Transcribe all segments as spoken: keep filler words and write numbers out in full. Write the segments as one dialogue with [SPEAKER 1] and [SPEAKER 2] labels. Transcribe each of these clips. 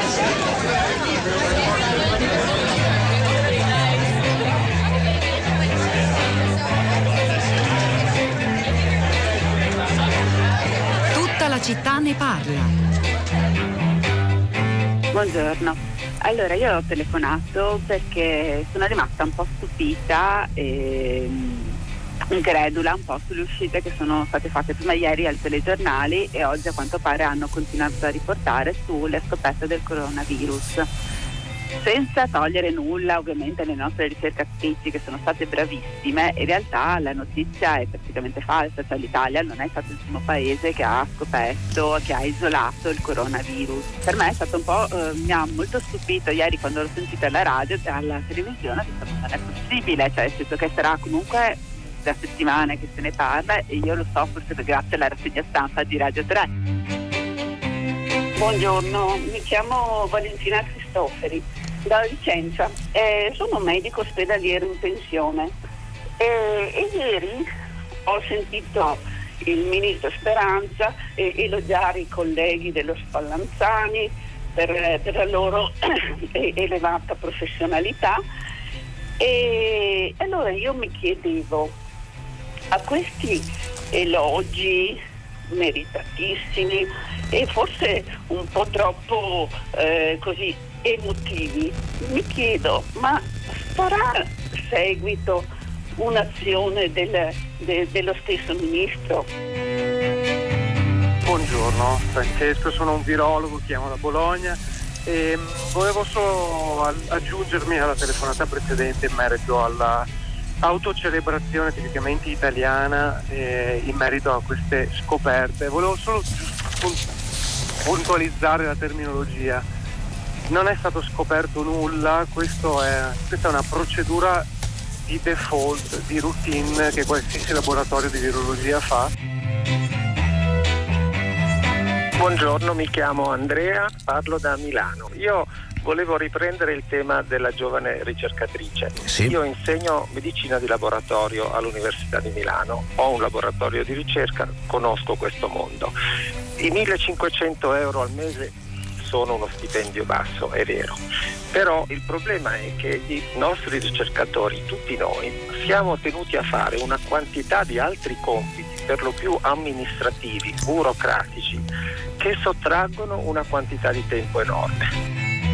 [SPEAKER 1] Tutta la città ne parla.
[SPEAKER 2] Buongiorno. Allora, io ho telefonato perché sono rimasta un po' stupita e incredula un po' sulle uscite che sono state fatte prima ieri ai telegiornali e oggi a quanto pare hanno continuato a riportare sulle scoperte del coronavirus. Senza togliere nulla ovviamente alle nostre ricercatrici che sono state bravissime, in realtà la notizia è praticamente falsa, cioè l'Italia non è stato il primo paese che ha scoperto, che ha isolato il coronavirus. Per me è stato un po', eh, mi ha molto stupito ieri quando l'ho sentita alla radio e alla televisione, ho detto non è possibile, cioè nel senso che sarà comunque da settimane che se ne parla e io lo so forse grazie alla rassegna stampa di Radio tre.
[SPEAKER 3] Buongiorno, mi chiamo Valentina Cristoferi, da Vicenza, eh, sono medico ospedaliero in pensione e, e ieri ho sentito il ministro Speranza eh, elogiare i colleghi dello Spallanzani per, per la loro elevata professionalità e allora io mi chiedevo, a questi elogi meritatissimi e forse un po' troppo eh, così emotivi, mi chiedo, ma farà seguito un'azione del, de, dello stesso ministro?
[SPEAKER 4] Buongiorno, Francesco, sono un virologo, chiamo da Bologna e volevo solo aggiungermi alla telefonata precedente in merito alla autocelebrazione tipicamente italiana eh, in merito a queste scoperte. Volevo solo puntualizzare la terminologia. Non è stato scoperto nulla, questo è, questa è una procedura di default, di routine che qualsiasi laboratorio di virologia fa.
[SPEAKER 5] Buongiorno, mi chiamo Andrea, parlo da Milano. Io volevo riprendere il tema della giovane ricercatrice. Sì. Io insegno medicina di laboratorio all'Università di Milano, ho un laboratorio di ricerca, conosco questo mondo. I millecinquecento euro al mese sono uno stipendio basso, è vero, però il problema è che i nostri ricercatori, tutti noi, siamo tenuti a fare una quantità di altri compiti, per lo più amministrativi, burocratici, che sottraggono una quantità di tempo enorme.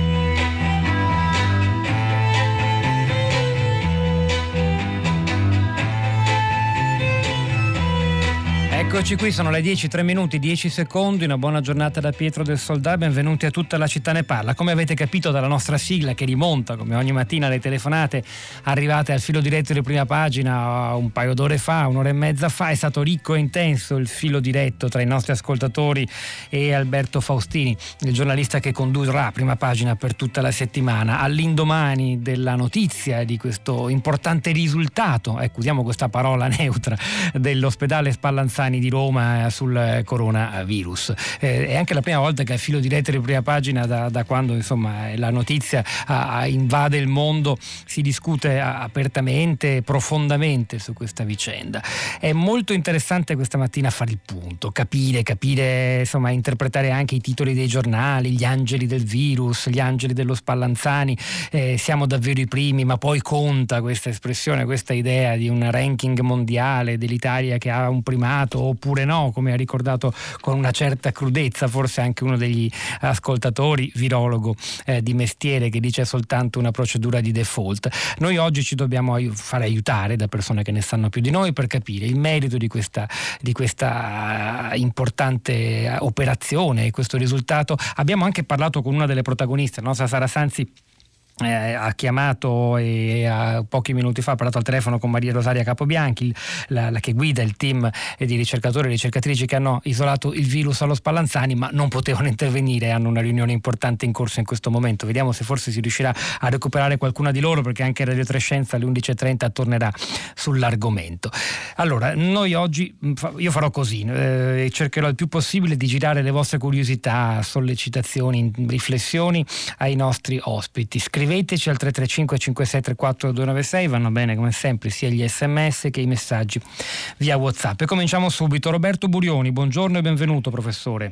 [SPEAKER 6] Eccoci qui, sono le dieci, tre minuti, dieci secondi, una buona giornata da Pietro del Soldà, benvenuti a Tutta la città ne parla. Come avete capito dalla nostra sigla che rimonta come ogni mattina alle telefonate arrivate al filo diretto di Prima Pagina un paio d'ore fa, un'ora e mezza fa, è stato ricco e intenso il filo diretto tra i nostri ascoltatori e Alberto Faustini, il giornalista che condurrà Prima Pagina per tutta la settimana. All'indomani della notizia di questo importante risultato, ecco, usiamo questa parola neutra, dell'ospedale Spallanzani di Roma sul coronavirus. Eh, è anche la prima volta che al filo diretto di Prima Pagina da, da quando insomma la notizia a, invade il mondo si discute apertamente, profondamente su questa vicenda. È molto interessante questa mattina fare il punto, capire, capire, insomma, interpretare anche i titoli dei giornali, gli angeli del virus, gli angeli dello Spallanzani, eh, siamo davvero i primi, ma poi conta questa espressione, questa idea di un ranking mondiale dell'Italia che ha un primato oppure no, come ha ricordato con una certa crudezza forse anche uno degli ascoltatori, virologo eh, di mestiere, che dice soltanto una procedura di default. Noi oggi ci dobbiamo fare aiutare da persone che ne sanno più di noi per capire il merito di questa, di questa importante operazione e questo risultato. Abbiamo anche parlato con una delle protagoniste, la nostra Sara Sanzi. Eh, ha chiamato e a, pochi minuti fa ha parlato al telefono con Maria Rosaria Capobianchi, la, la che guida il team di ricercatori e ricercatrici che hanno isolato il virus allo Spallanzani, ma non potevano intervenire, hanno una riunione importante in corso in questo momento. Vediamo se forse si riuscirà a recuperare qualcuna di loro, perché anche Radio tre Scienza alle undici e trenta tornerà sull'argomento. Allora, noi oggi, io farò così, eh, cercherò il più possibile di girare le vostre curiosità, sollecitazioni, riflessioni ai nostri ospiti. Scriveteci al tre tre cinque cinque sei tre quattro due nove sei, vanno bene come sempre sia gli sms che i messaggi via WhatsApp. E cominciamo subito. Roberto Burioni, buongiorno e benvenuto professore.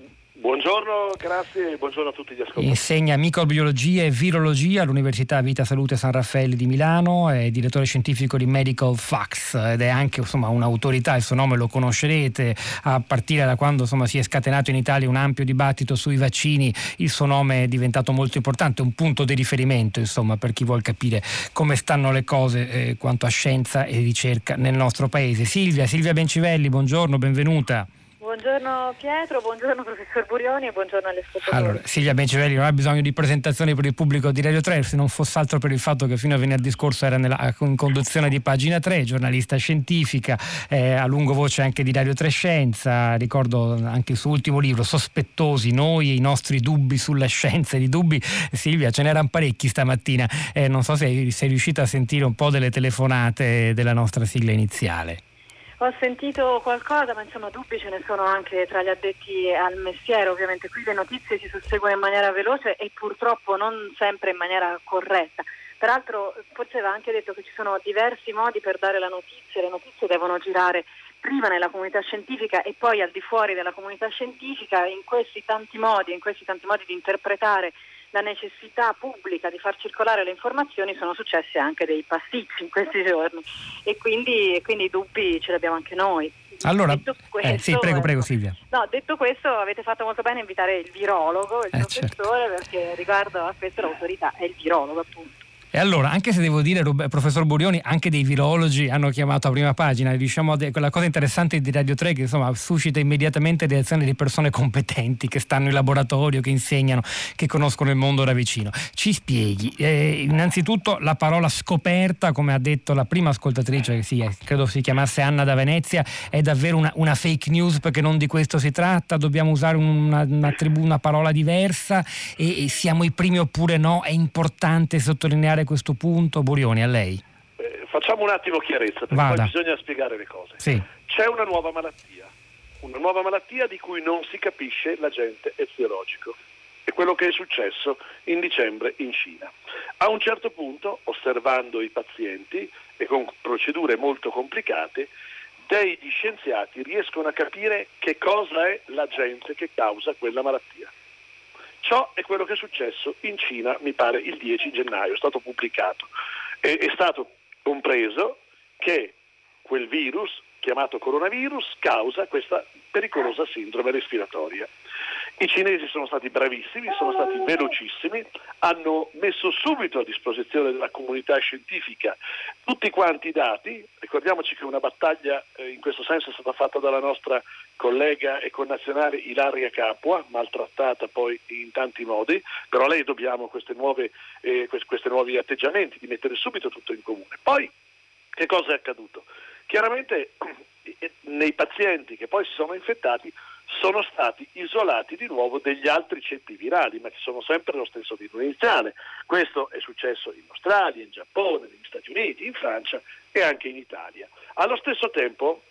[SPEAKER 7] Buongiorno, grazie e buongiorno a tutti gli ascoltatori.
[SPEAKER 6] Insegna microbiologia e virologia all'Università Vita Salute San Raffaele di Milano, è direttore scientifico di Medical Facts ed è anche insomma un'autorità, il suo nome lo conoscerete, a partire da quando insomma si è scatenato in Italia un ampio dibattito sui vaccini, il suo nome è diventato molto importante, un punto di riferimento insomma per chi vuol capire come stanno le cose eh, quanto a scienza e ricerca nel nostro paese. Silvia, Silvia Bencivelli, buongiorno, benvenuta.
[SPEAKER 8] Buongiorno Pietro, buongiorno professor Burioni e buongiorno agli ascoltatori.
[SPEAKER 6] Allora, Silvia Bencivelli non ha bisogno di presentazioni per il pubblico di Radio tre, se non fosse altro per il fatto che fino a venerdì scorso era nella, in conduzione di Pagina tre, giornalista scientifica, eh, a lungo voce anche di Radio tre Scienza, ricordo anche il suo ultimo libro, Sospettosi, noi e i nostri dubbi sulla scienza. Di dubbi, Silvia, ce n'erano parecchi stamattina, eh, non so se sei riuscita a sentire un po' delle telefonate della nostra sigla iniziale.
[SPEAKER 8] Ho sentito qualcosa, ma insomma dubbi ce ne sono anche tra gli addetti al mestiere. Ovviamente qui le notizie si susseguono in maniera veloce e purtroppo non sempre in maniera corretta. Peraltro forse va anche detto che ci sono diversi modi per dare la notizia, le notizie devono girare prima nella comunità scientifica e poi al di fuori della comunità scientifica. In questi tanti modi, in questi tanti modi di interpretare la necessità pubblica di far circolare le informazioni sono successi anche dei pasticci in questi giorni e quindi, e quindi i dubbi ce li abbiamo anche noi.
[SPEAKER 6] Allora,
[SPEAKER 8] detto questo,
[SPEAKER 6] eh, sì, prego, prego Silvia.
[SPEAKER 8] No, detto questo avete fatto molto bene a invitare il virologo, il
[SPEAKER 6] eh,
[SPEAKER 8] professore,
[SPEAKER 6] certo.
[SPEAKER 8] Perché riguardo a questo l'autorità è il virologo appunto.
[SPEAKER 6] E allora, anche se devo dire, professor Burioni, anche dei virologi hanno chiamato a prima pagina, diciamo, quella cosa interessante di Radio tre che insomma suscita immediatamente reazioni di persone competenti che stanno in laboratorio, che insegnano, che conoscono il mondo da vicino. Ci spieghi, eh, innanzitutto la parola scoperta, come ha detto la prima ascoltatrice, che sì, credo si chiamasse Anna da Venezia, è davvero una, una fake news perché non di questo si tratta, dobbiamo usare una, una, tribù, una parola diversa e, e siamo i primi oppure no, è importante sottolineare questo punto. Burioni, a lei.
[SPEAKER 7] Eh, facciamo un attimo chiarezza, perché
[SPEAKER 6] Vada.
[SPEAKER 7] poi bisogna spiegare le cose.
[SPEAKER 6] Sì.
[SPEAKER 7] C'è una nuova malattia, una nuova malattia di cui non si capisce l'agente eziologico. È quello che è successo in dicembre in Cina. A un certo punto, osservando i pazienti e con procedure molto complicate, degli scienziati riescono a capire che cosa è l'agente che causa quella malattia. Ciò è quello che è successo in Cina, mi pare il dieci gennaio, è stato pubblicato. È, è stato compreso che quel virus, chiamato coronavirus, causa questa pericolosa sindrome respiratoria. I cinesi sono stati bravissimi, sono stati velocissimi, hanno messo subito a disposizione della comunità scientifica tutti quanti i dati. Ricordiamoci che una battaglia eh, in questo senso è stata fatta dalla nostra collega e connazionale Ilaria Capua, maltrattata poi in tanti modi, però a lei dobbiamo queste nuove, eh, questi nuovi atteggiamenti di mettere subito tutto in comune. Poi che cosa è accaduto? Chiaramente nei pazienti che poi si sono infettati sono stati isolati di nuovo degli altri ceppi virali, ma che sono sempre lo stesso virus iniziale. Questo è successo in Australia, in Giappone, negli Stati Uniti, in Francia e anche in Italia. Allo stesso tempo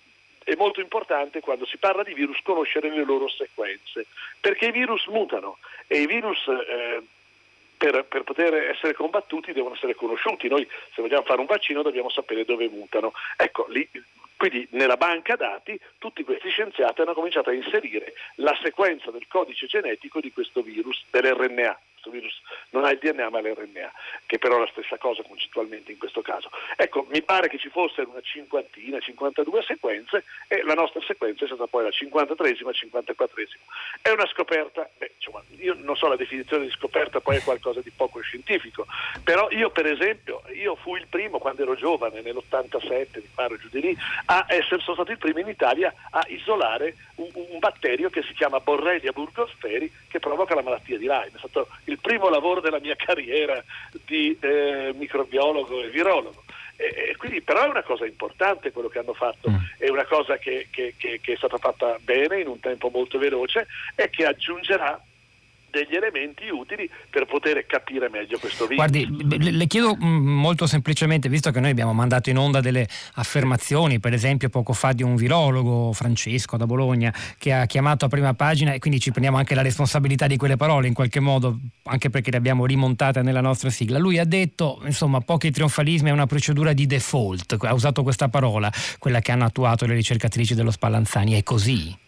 [SPEAKER 7] è molto importante, quando si parla di virus, conoscere le loro sequenze, perché i virus mutano e i virus eh, per, per poter essere combattuti devono essere conosciuti. Noi, se vogliamo fare un vaccino, dobbiamo sapere dove mutano. Ecco, lì, quindi nella banca dati tutti questi scienziati hanno cominciato a inserire la sequenza del codice genetico di questo virus, dell'erre enne a. Questo virus non ha il di enne a ma l'erre enne a, che però è la stessa cosa concettualmente in questo caso. Ecco, mi pare che ci fossero una cinquantina, cinquantadue sequenze e la nostra sequenza è stata poi la cinquantatreesima, cinquantaquattresima. È una scoperta, beh, insomma, io non so la definizione di scoperta, poi è qualcosa di poco scientifico, però io per esempio, io fui il primo quando ero giovane, nell'ottantasette, mi pare giù di lì, a essere sono stato il primo in Italia a isolare un, un batterio che si chiama Borrelia burgdorferi, che provoca la malattia di Lyme. È stato il primo lavoro della mia carriera di eh, microbiologo e virologo. E, e quindi però è una cosa importante quello che hanno fatto, mm. è una cosa che, che, che, che è stata fatta bene in un tempo molto veloce e che aggiungerà degli elementi utili per poter capire meglio questo virus.
[SPEAKER 6] Guardi, le chiedo molto semplicemente, visto che noi abbiamo mandato in onda delle affermazioni, per esempio poco fa di un virologo, Francesco da Bologna, che ha chiamato a prima pagina, e quindi ci prendiamo anche la responsabilità di quelle parole in qualche modo, anche perché le abbiamo rimontate nella nostra sigla. Lui ha detto, insomma, pochi trionfalismi, è una procedura di default, ha usato questa parola, quella che hanno attuato le ricercatrici dello Spallanzani. È così?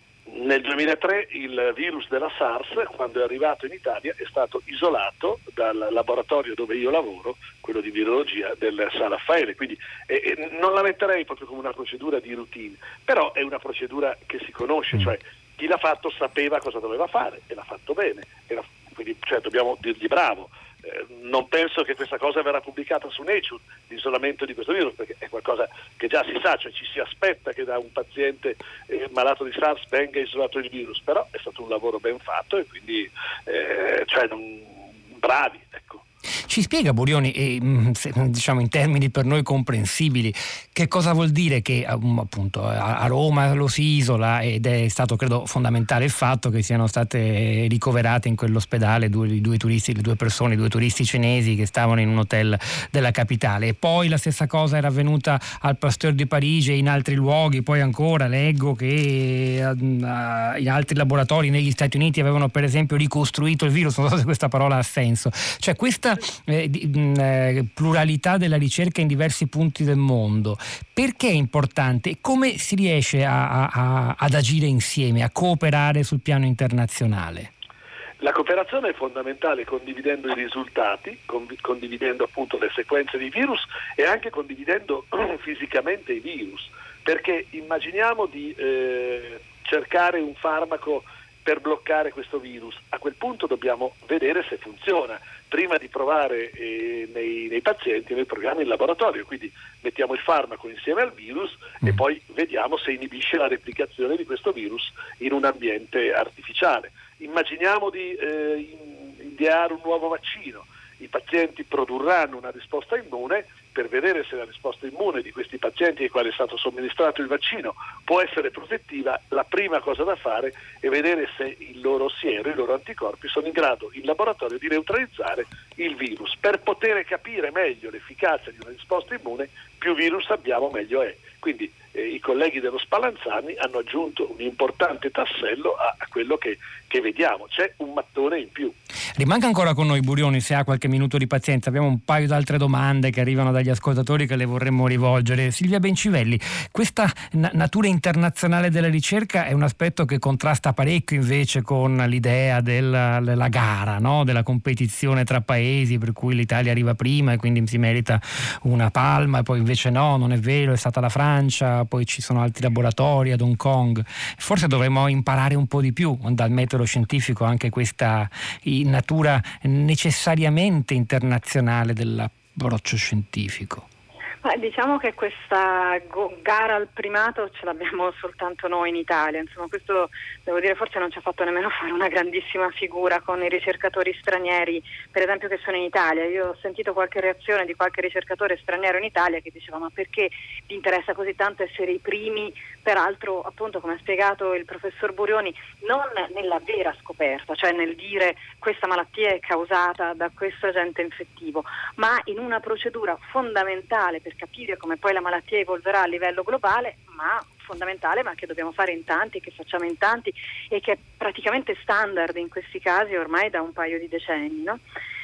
[SPEAKER 7] Nel duemilatré il virus della SARS, quando è arrivato in Italia, è stato isolato dal laboratorio dove io lavoro, quello di virologia del San Raffaele, quindi eh, non la metterei proprio come una procedura di routine, però è una procedura che si conosce, cioè chi l'ha fatto sapeva cosa doveva fare e l'ha fatto bene, e la, quindi cioè, dobbiamo dirgli bravo. Eh, non penso che questa cosa verrà pubblicata su Nature, l'isolamento di questo virus, perché è qualcosa che già si sa, cioè ci si aspetta che da un paziente eh, malato di SARS venga isolato il virus, però è stato un lavoro ben fatto e quindi eh, cioè, non, bravi, ecco.
[SPEAKER 6] Ci spiega Burioni, eh, diciamo in termini per noi comprensibili, che cosa vuol dire che appunto a Roma lo si isola, ed è stato credo fondamentale il fatto che siano state ricoverate in quell'ospedale due, due turisti, due persone, due turisti cinesi che stavano in un hotel della capitale, e poi la stessa cosa era avvenuta al Pasteur di Parigi e in altri luoghi. Poi ancora leggo che uh, in altri laboratori negli Stati Uniti avevano per esempio ricostruito il virus, non so se questa parola ha senso, cioè questa Eh, di, eh, pluralità della ricerca in diversi punti del mondo, perché è importante? Come si riesce a, a, ad agire insieme, a cooperare sul piano internazionale?
[SPEAKER 7] La cooperazione è fondamentale, condividendo i risultati, condividendo appunto le sequenze di virus e anche condividendo fisicamente i virus, perché immaginiamo di eh, cercare un farmaco per bloccare questo virus. A quel punto dobbiamo vedere se funziona prima di provare eh, nei, nei pazienti, nei programmi in laboratorio, quindi mettiamo il farmaco insieme al virus mm. e poi vediamo se inibisce la replicazione di questo virus in un ambiente artificiale. Immaginiamo di eh, ideare un nuovo vaccino, i pazienti produrranno una risposta immune. Per vedere se la risposta immune di questi pazienti ai quali è stato somministrato il vaccino può essere protettiva, la prima cosa da fare è vedere se il loro siero, i loro anticorpi sono in grado in laboratorio di neutralizzare il virus. Per poter capire meglio l'efficacia di una risposta immune, più virus abbiamo meglio è. Quindi eh, i colleghi dello Spallanzani hanno aggiunto un importante tassello a, a quello che, che vediamo, c'è un mattone in più.
[SPEAKER 6] Rimanga ancora con noi Burioni, se ha qualche minuto di pazienza, abbiamo un paio di altre domande che arrivano dagli ascoltatori che le vorremmo rivolgere. Silvia Bencivelli, questa na- natura internazionale della ricerca è un aspetto che contrasta parecchio invece con l'idea della, della gara, no? Della competizione tra paesi, per cui l'Italia arriva prima e quindi si merita una palma, e poi invece no, non è vero, è stata la Francia, poi ci sono altri laboratori ad Hong Kong. Forse dovremmo imparare un po' di più dal metodo scientifico anche questa natura necessariamente internazionale dell'approccio scientifico.
[SPEAKER 8] Eh, diciamo che questa go- gara al primato ce l'abbiamo soltanto noi in Italia, insomma questo devo dire forse non ci ha fatto nemmeno fare una grandissima figura con i ricercatori stranieri, per esempio, che sono in Italia. Io ho sentito qualche reazione di qualche ricercatore straniero in Italia che diceva: ma perché vi interessa così tanto essere i primi? Peraltro, appunto, come ha spiegato il professor Burioni, non nella vera scoperta, cioè nel dire questa malattia è causata da questo agente infettivo, ma in una procedura fondamentale per capire come poi la malattia evolverà a livello globale, ma fondamentale, ma che dobbiamo fare in tanti, che facciamo in tanti e che è praticamente standard in questi casi ormai da un paio di decenni, no?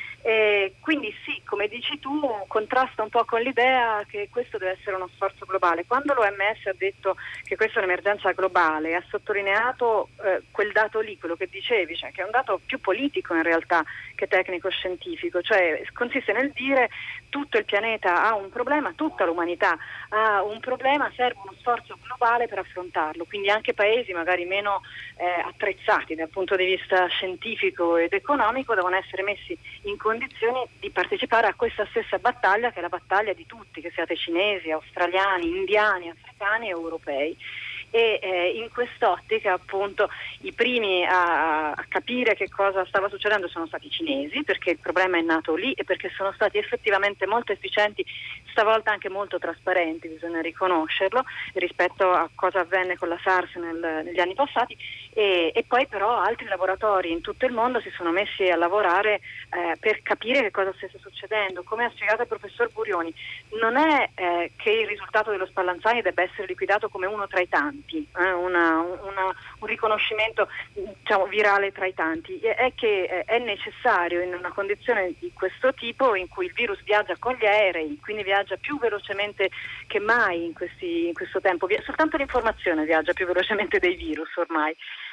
[SPEAKER 8] E quindi sì, come dici tu, contrasta un po' con l'idea che questo deve essere uno sforzo globale. Quando l'O M S ha detto che questa è un'emergenza globale, ha sottolineato eh, quel dato lì, quello che dicevi, cioè che è un dato più politico in realtà che tecnico-scientifico, cioè consiste nel dire tutto il pianeta ha un problema, tutta l'umanità ha un problema, serve uno sforzo globale per affrontarlo, quindi anche paesi magari meno eh, attrezzati dal punto di vista scientifico ed economico devono essere messi in condizioni di partecipare a questa stessa battaglia, che è la battaglia di tutti, che siate cinesi, australiani, indiani, africani e europei. E eh, in quest'ottica appunto i primi a, a capire che cosa stava succedendo sono stati i cinesi, perché il problema è nato lì e perché sono stati effettivamente molto efficienti, stavolta anche molto trasparenti, bisogna riconoscerlo, rispetto a cosa avvenne con la SARS nel, negli anni passati, e, e poi però altri laboratori in tutto il mondo si sono messi a lavorare eh, per capire che cosa stesse succedendo. Come ha spiegato il professor Burioni, non è eh, che il risultato dello Spallanzani debba essere liquidato come uno tra i tanti, Eh, una, una, un riconoscimento, diciamo, virale tra i tanti, è che è necessario in una condizione di questo tipo in cui il virus viaggia con gli aerei, quindi viaggia più velocemente che mai in, questi, in questo tempo, soltanto l'informazione viaggia più velocemente dei virus ormai,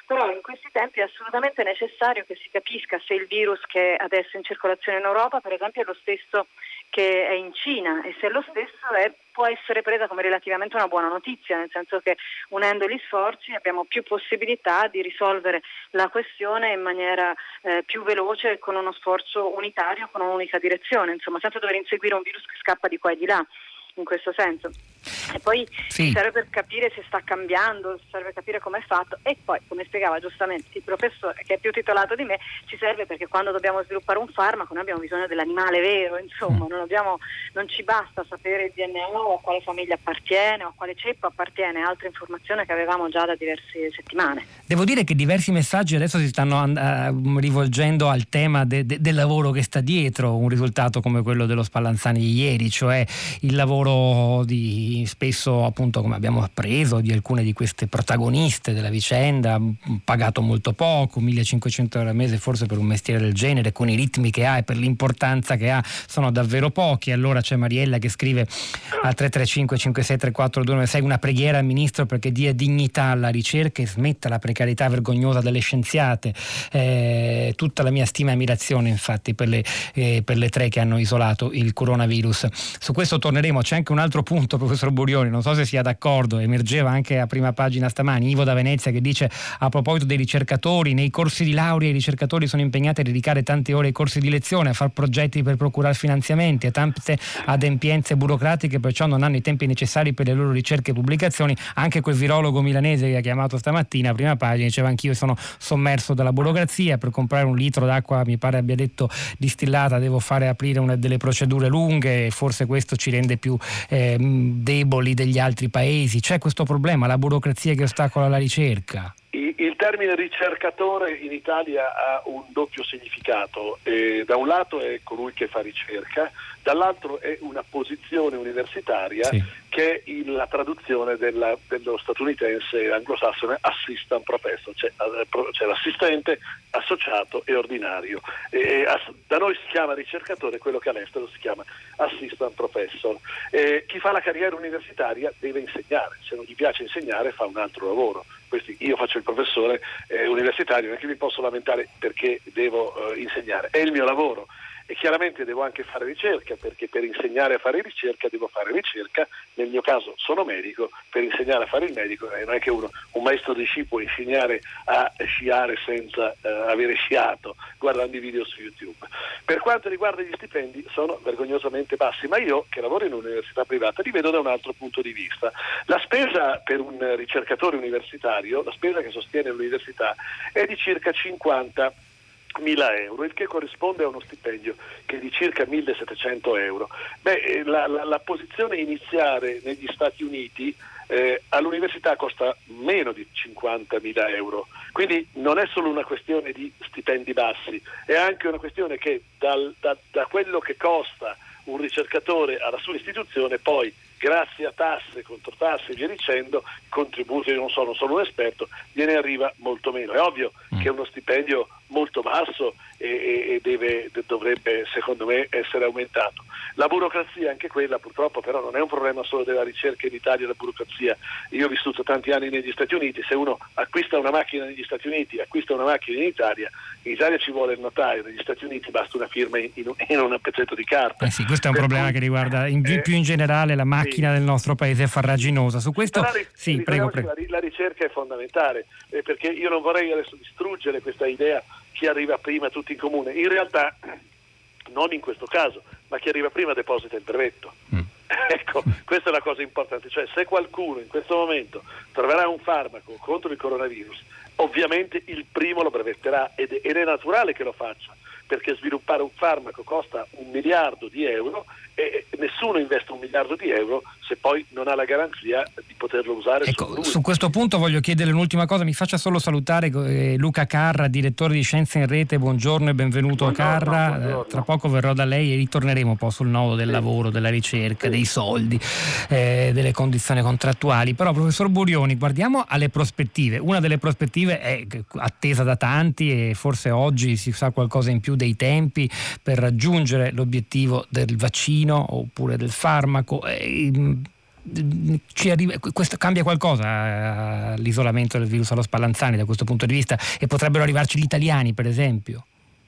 [SPEAKER 8] però in questi tempi è assolutamente necessario che si capisca se il virus che è adesso in circolazione in Europa, per esempio, è lo stesso che è in Cina, e se lo stesso è, può essere presa come relativamente una buona notizia, nel senso che unendo gli sforzi abbiamo più possibilità di risolvere la questione in maniera eh, più veloce, con uno sforzo unitario, con un'unica direzione, insomma, senza dover inseguire un virus che scappa di qua e di là, in questo senso. E poi
[SPEAKER 6] sì.
[SPEAKER 8] serve per capire se sta cambiando, serve per capire come è fatto, e poi, come spiegava giustamente il professore, che è più titolato di me, ci serve perché quando dobbiamo sviluppare un farmaco noi abbiamo bisogno dell'animale vero, insomma, non, abbiamo, non ci basta sapere il D N A o a quale famiglia appartiene o a quale ceppo appartiene, altra informazione che avevamo già da diverse settimane.
[SPEAKER 6] Devo dire che diversi messaggi adesso si stanno uh, rivolgendo al tema de- de- del lavoro che sta dietro un risultato come quello dello Spallanzani di ieri, cioè il lavoro di spesso, appunto, come abbiamo appreso, di alcune di queste protagoniste della vicenda, pagato molto poco, millecinquecento euro al mese forse per un mestiere del genere, con i ritmi che ha e per l'importanza che ha, sono davvero pochi. Allora c'è Mariella che scrive al tre tre cinque cinque sei tre quattro due nove sei una preghiera al ministro perché dia dignità alla ricerca e smetta la precarietà vergognosa delle scienziate. Eh, tutta la mia stima e ammirazione, infatti, per le, eh, per le tre che hanno isolato il coronavirus. Su questo torneremo. C'è anche un altro punto, professor Burioni, non so se sia d'accordo, emergeva anche a prima pagina stamani, Ivo da Venezia, che dice a proposito dei ricercatori: nei corsi di laurea i ricercatori sono impegnati a dedicare tante ore ai corsi di lezione, a far progetti per procurare finanziamenti e tante adempienze burocratiche, perciò non hanno i tempi necessari per le loro ricerche e pubblicazioni. Anche quel virologo milanese che ha chiamato stamattina a prima pagina diceva: anch'io sono sommerso dalla burocrazia, per comprare un litro d'acqua, mi pare abbia detto distillata, devo fare aprire una delle procedure lunghe, e forse questo ci rende più eh, deboli degli altri paesi. C'è questo problema, la burocrazia che ostacola la ricerca?
[SPEAKER 7] Il termine ricercatore in Italia ha un doppio significato. Eh, da un lato è colui che fa ricerca, dall'altro è una posizione universitaria, sì, che è in la traduzione della, dello statunitense anglosassone assistant professor, cioè, cioè l'assistente, associato e ordinario. E, ass- da noi si chiama ricercatore, quello che all'estero si chiama assistant professor. Eh, chi fa la carriera universitaria deve insegnare, se non gli piace insegnare fa un altro lavoro. Questi, io faccio il professore eh, universitario, non è che mi posso lamentare perché devo eh, insegnare, è il mio lavoro. E chiaramente devo anche fare ricerca, perché per insegnare a fare ricerca devo fare ricerca. Nel mio caso sono medico, per insegnare a fare il medico, e non è che uno, un maestro di sci può insegnare a sciare senza uh, avere sciato, guardando i video su YouTube. Per quanto riguarda gli stipendi, sono vergognosamente bassi, ma io, che lavoro in un'università privata, li vedo da un altro punto di vista. La spesa per un ricercatore universitario, la spesa che sostiene l'università, è di circa cinquanta mila euro, il che corrisponde a uno stipendio che è di circa millesettecento euro. Beh, la, la, la posizione iniziale negli Stati Uniti eh, all'università costa meno di cinquantamila euro, quindi non è solo una questione di stipendi bassi, è anche una questione che dal, da, da quello che costa un ricercatore alla sua istituzione, poi grazie a tasse, controtasse e via dicendo, contributi, io non sono solo un esperto, gliene arriva molto meno. È ovvio mm. che è uno stipendio molto basso e, e deve, dovrebbe, secondo me, essere aumentato. La burocrazia, anche quella, purtroppo però non è un problema solo della ricerca in Italia, la burocrazia. Io ho vissuto tanti anni negli Stati Uniti, se uno acquista una macchina negli Stati Uniti, acquista una macchina in Italia, in Italia ci vuole il notaio, negli Stati Uniti basta una firma in, in, in un pezzetto di carta.
[SPEAKER 6] Eh sì, questo è un per problema cui, che riguarda in, eh, più in generale la macchina sì. del nostro paese è farraginosa. Su questo
[SPEAKER 7] però,
[SPEAKER 6] sì, prego, prego.
[SPEAKER 7] La, la ricerca è fondamentale, eh, perché io non vorrei adesso distruggere questa idea chi arriva prima tutti in comune. In realtà non in questo caso, ma chi arriva prima deposita il brevetto. Mm. Ecco, questa è la cosa importante, cioè se qualcuno in questo momento troverà un farmaco contro il coronavirus, ovviamente il primo lo brevetterà ed è, ed è naturale che lo faccia, perché sviluppare un farmaco costa un miliardo di euro e nessuno investe un miliardo di euro se poi non ha la garanzia di poterlo usare.
[SPEAKER 6] Ecco, su questo punto voglio chiedere un'ultima cosa, mi faccia solo salutare eh, Luca Carra, direttore di Scienze in Rete. Buongiorno e benvenuto. Buongiorno, Carra. Buongiorno. Tra poco verrò da lei e ritorneremo un po' sul nodo del sì. lavoro, della ricerca, sì. dei soldi, eh, delle condizioni contrattuali. Però, professor Burioni, guardiamo alle prospettive. Una delle prospettive è attesa da tanti e forse oggi si sa qualcosa in più dei tempi per raggiungere l'obiettivo del vaccino oppure del farmaco. ci arriva, questo cambia qualcosa l'isolamento del virus allo Spallanzani da questo punto di vista, e potrebbero arrivarci gli italiani per esempio?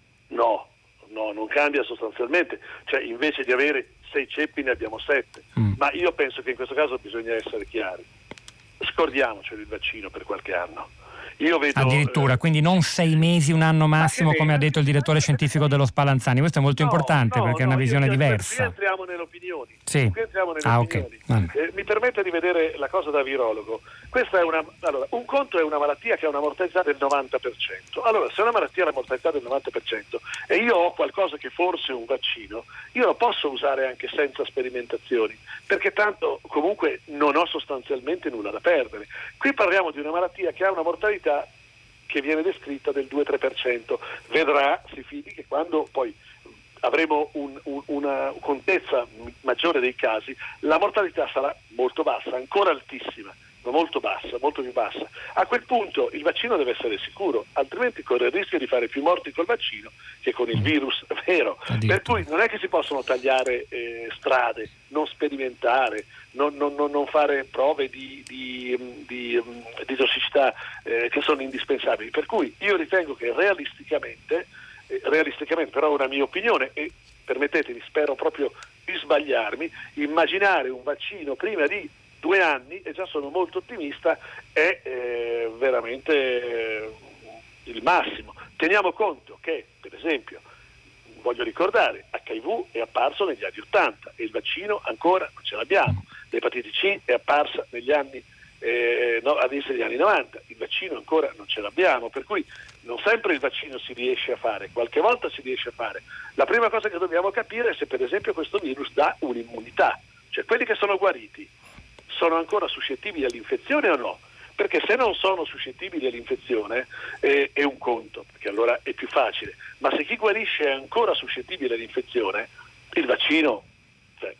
[SPEAKER 7] No, no, non cambia sostanzialmente, cioè invece di avere sei ceppi ne abbiamo sette, mm. ma io penso che in questo caso bisogna essere chiari, scordiamocelo il vaccino per qualche anno. Io vedo,
[SPEAKER 6] addirittura, eh, quindi non sei mesi, un anno massimo, come ha detto il direttore scientifico dello Spallanzani. Questo è molto no, importante no, perché no, è una visione io, diversa.
[SPEAKER 7] Qui entriamo nelle opinioni.
[SPEAKER 6] Sì.
[SPEAKER 7] Qui entriamo nelle
[SPEAKER 6] ah,
[SPEAKER 7] opinioni.
[SPEAKER 6] Okay.
[SPEAKER 7] Eh, mi permette di vedere la cosa da virologo. Questa è una, allora, un conto è una malattia che ha una mortalità del novanta per cento. Allora, se una malattia ha una mortalità del novanta per cento e io ho qualcosa che forse è un vaccino, io lo posso usare anche senza sperimentazioni, perché tanto comunque non ho sostanzialmente nulla da perdere. Qui parliamo di una malattia che ha una mortalità che viene descritta del due tre per cento. Vedrà, si fidi, che quando poi avremo un, un, una contezza maggiore dei casi, la mortalità sarà molto bassa, ancora altissima, ma molto bassa, molto più bassa. A quel punto il vaccino deve essere sicuro, altrimenti corre il rischio di fare più morti col vaccino che con il virus vero. Per cui non è che si possono tagliare eh, strade, non sperimentare, non, non, non fare prove di, di, di, di tossicità eh, che sono indispensabili. Per cui io ritengo che realisticamente, eh, realisticamente però è una mia opinione e permettetemi, spero proprio di sbagliarmi, immaginare un vaccino prima di due anni, e già sono molto ottimista, è eh, veramente eh, il massimo. Teniamo conto che, per esempio, voglio ricordare, acca i vu è apparso negli anni ottanta e il vaccino ancora non ce l'abbiamo. L'epatite C è apparsa negli anni eh, no, all'inizio degli anni novanta, il vaccino ancora non ce l'abbiamo, per cui non sempre il vaccino si riesce a fare, qualche volta si riesce a fare. La prima cosa che dobbiamo capire è se per esempio questo virus dà un'immunità, cioè quelli che sono guariti sono ancora suscettibili all'infezione o no? Perché se non sono suscettibili all'infezione eh, è un conto, perché allora è più facile, ma se chi guarisce è ancora suscettibile all'infezione, il vaccino, cioè,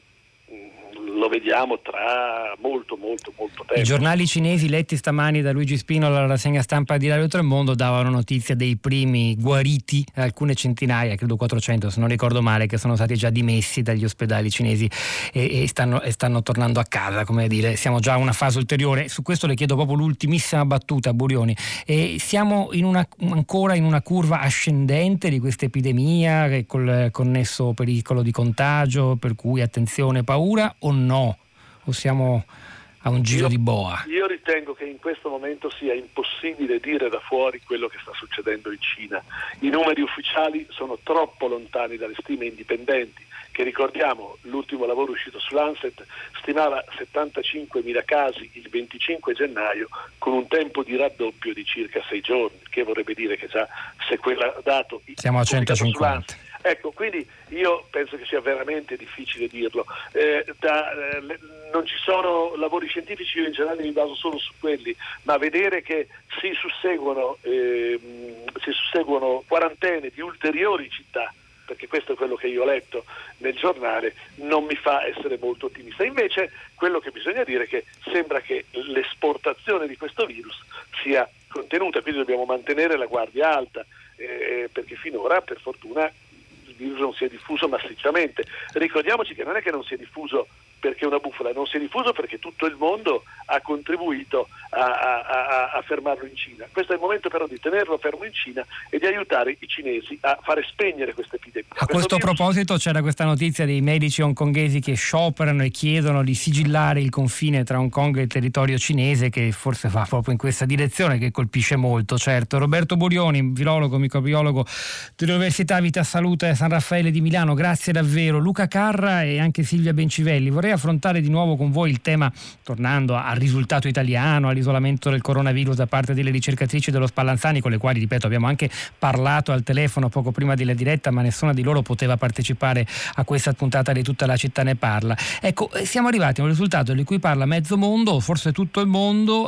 [SPEAKER 7] lo vediamo tra molto molto molto tempo.
[SPEAKER 6] I giornali cinesi letti stamani da Luigi Spinola alla rassegna stampa di Radio Tremondo davano notizia dei primi guariti, alcune centinaia, credo quattrocento se non ricordo male, che sono stati già dimessi dagli ospedali cinesi e, e, stanno, e stanno tornando a casa, come dire, siamo già a una fase ulteriore. Su questo le chiedo proprio l'ultimissima battuta, Burioni. E siamo in una, ancora in una curva ascendente di questa epidemia col connesso pericolo di contagio, per cui attenzione, paura, o no? O siamo a un giro
[SPEAKER 7] io,
[SPEAKER 6] di boa?
[SPEAKER 7] Io ritengo che in questo momento sia impossibile dire da fuori quello che sta succedendo in Cina. I numeri ufficiali sono troppo lontani dalle stime indipendenti, che ricordiamo, l'ultimo lavoro uscito su Lancet stimava settantacinquemila casi il venticinque gennaio con un tempo di raddoppio di circa sei giorni, che vorrebbe dire che già se quel dato
[SPEAKER 6] siamo a centocinquanta.
[SPEAKER 7] Ecco, quindi io penso che sia veramente difficile dirlo. Eh, da, eh, le, non ci sono lavori scientifici, io in generale mi baso solo su quelli, ma vedere che si susseguono, eh, si susseguono quarantene di ulteriori città, perché questo è quello che io ho letto nel giornale, non mi fa essere molto ottimista. Invece quello che bisogna dire è che sembra che l'esportazione di questo virus sia contenuta, quindi dobbiamo mantenere la guardia alta, eh, perché finora per fortuna il virus non si è diffuso massicciamente. Ricordiamoci che non è che non si è diffuso perché è una bufala, non si è diffuso perché tutto il mondo ha contribuito a, a, a, a fermarlo in Cina. Questo è il momento però di tenerlo fermo in Cina e di aiutare i cinesi a fare spegnere questa epidemia.
[SPEAKER 6] A questo, questo virus... proposito c'era questa notizia dei medici hongkonghesi che scioperano e chiedono di sigillare il confine tra Hong Kong e il territorio cinese, che forse va proprio in questa direzione, che colpisce molto, certo. Roberto Burioni, virologo, microbiologo dell'Università Vita Salute San Raffaele di Milano, grazie davvero. Luca Carra e anche Silvia Bencivelli, vorrei affrontare di nuovo con voi il tema, tornando al risultato italiano, all'isolamento del coronavirus da parte delle ricercatrici dello Spallanzani, con le quali, ripeto, abbiamo anche parlato al telefono poco prima della diretta, ma nessuna di loro poteva partecipare a questa puntata di Tutta la città ne parla. Ecco, siamo arrivati a un risultato di cui parla mezzo mondo, forse tutto il mondo,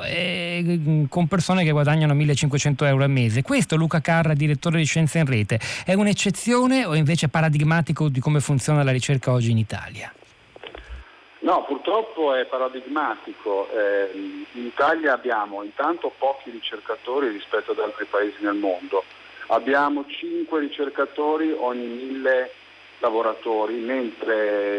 [SPEAKER 6] eh, con persone che guadagnano millecinquecento euro al mese. Questo, Luca Carra, direttore di Scienza in Rete, è un'eccezione o invece paradigmatico di come funziona la ricerca oggi in Italia?
[SPEAKER 9] No, purtroppo è paradigmatico. Eh, in Italia abbiamo intanto pochi ricercatori rispetto ad altri paesi nel mondo. Abbiamo cinque ricercatori ogni mille lavoratori, mentre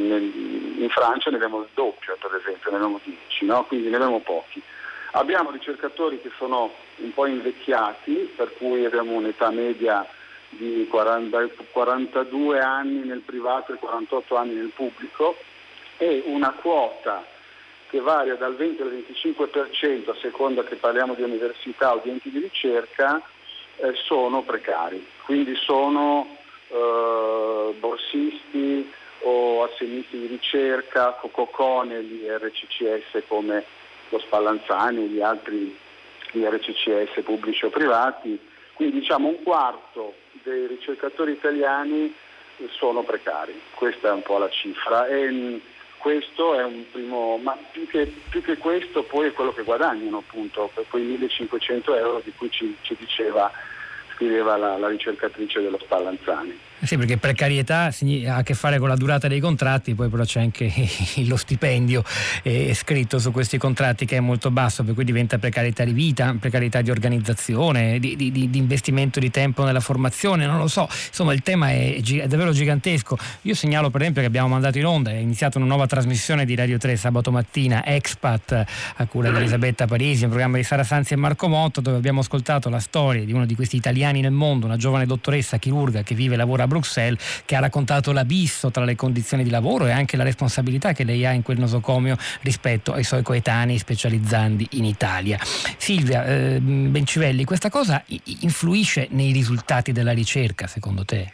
[SPEAKER 9] in Francia ne abbiamo il doppio, per esempio, ne abbiamo dieci, no? Quindi ne abbiamo pochi. Abbiamo ricercatori che sono un po' invecchiati, per cui abbiamo un'età media di quaranta, quarantadue anni nel privato e quarantotto anni nel pubblico, e una quota che varia dal venti al venticinque per cento a seconda che parliamo di università o di enti di ricerca, eh, sono precari, quindi sono eh, borsisti o assegnisti di ricerca, cococone, gli R C C S come lo Spallanzani e gli altri gli R C C S pubblici o privati, quindi diciamo un quarto dei ricercatori italiani sono precari, questa è un po' la cifra, e questo è un primo, ma più che, più che questo poi è quello che guadagnano, appunto, per quei millecinquecento euro di cui ci, ci diceva, scriveva la, la ricercatrice dello Spallanzani.
[SPEAKER 6] Sì, perché precarietà ha a che fare con la durata dei contratti, poi però c'è anche lo stipendio eh, scritto su questi contratti che è molto basso, per cui diventa precarietà di vita, precarietà di organizzazione, di, di, di investimento di tempo nella formazione, non lo so, insomma il tema è, è davvero gigantesco. Io segnalo per esempio che abbiamo mandato in onda, è iniziata una nuova trasmissione di Radio tre sabato mattina, Expat, a cura di Elisabetta Parisi, un programma di Sara Sanzi e Marco Motto, dove abbiamo ascoltato la storia di uno di questi italiani nel mondo, una giovane dottoressa chirurga che vive e lavora a Bruxelles, che ha raccontato l'abisso tra le condizioni di lavoro e anche la responsabilità che lei ha in quel nosocomio rispetto ai suoi coetanei specializzandi in Italia. Silvia eh, Bencivelli, questa cosa influisce nei risultati della ricerca, secondo te?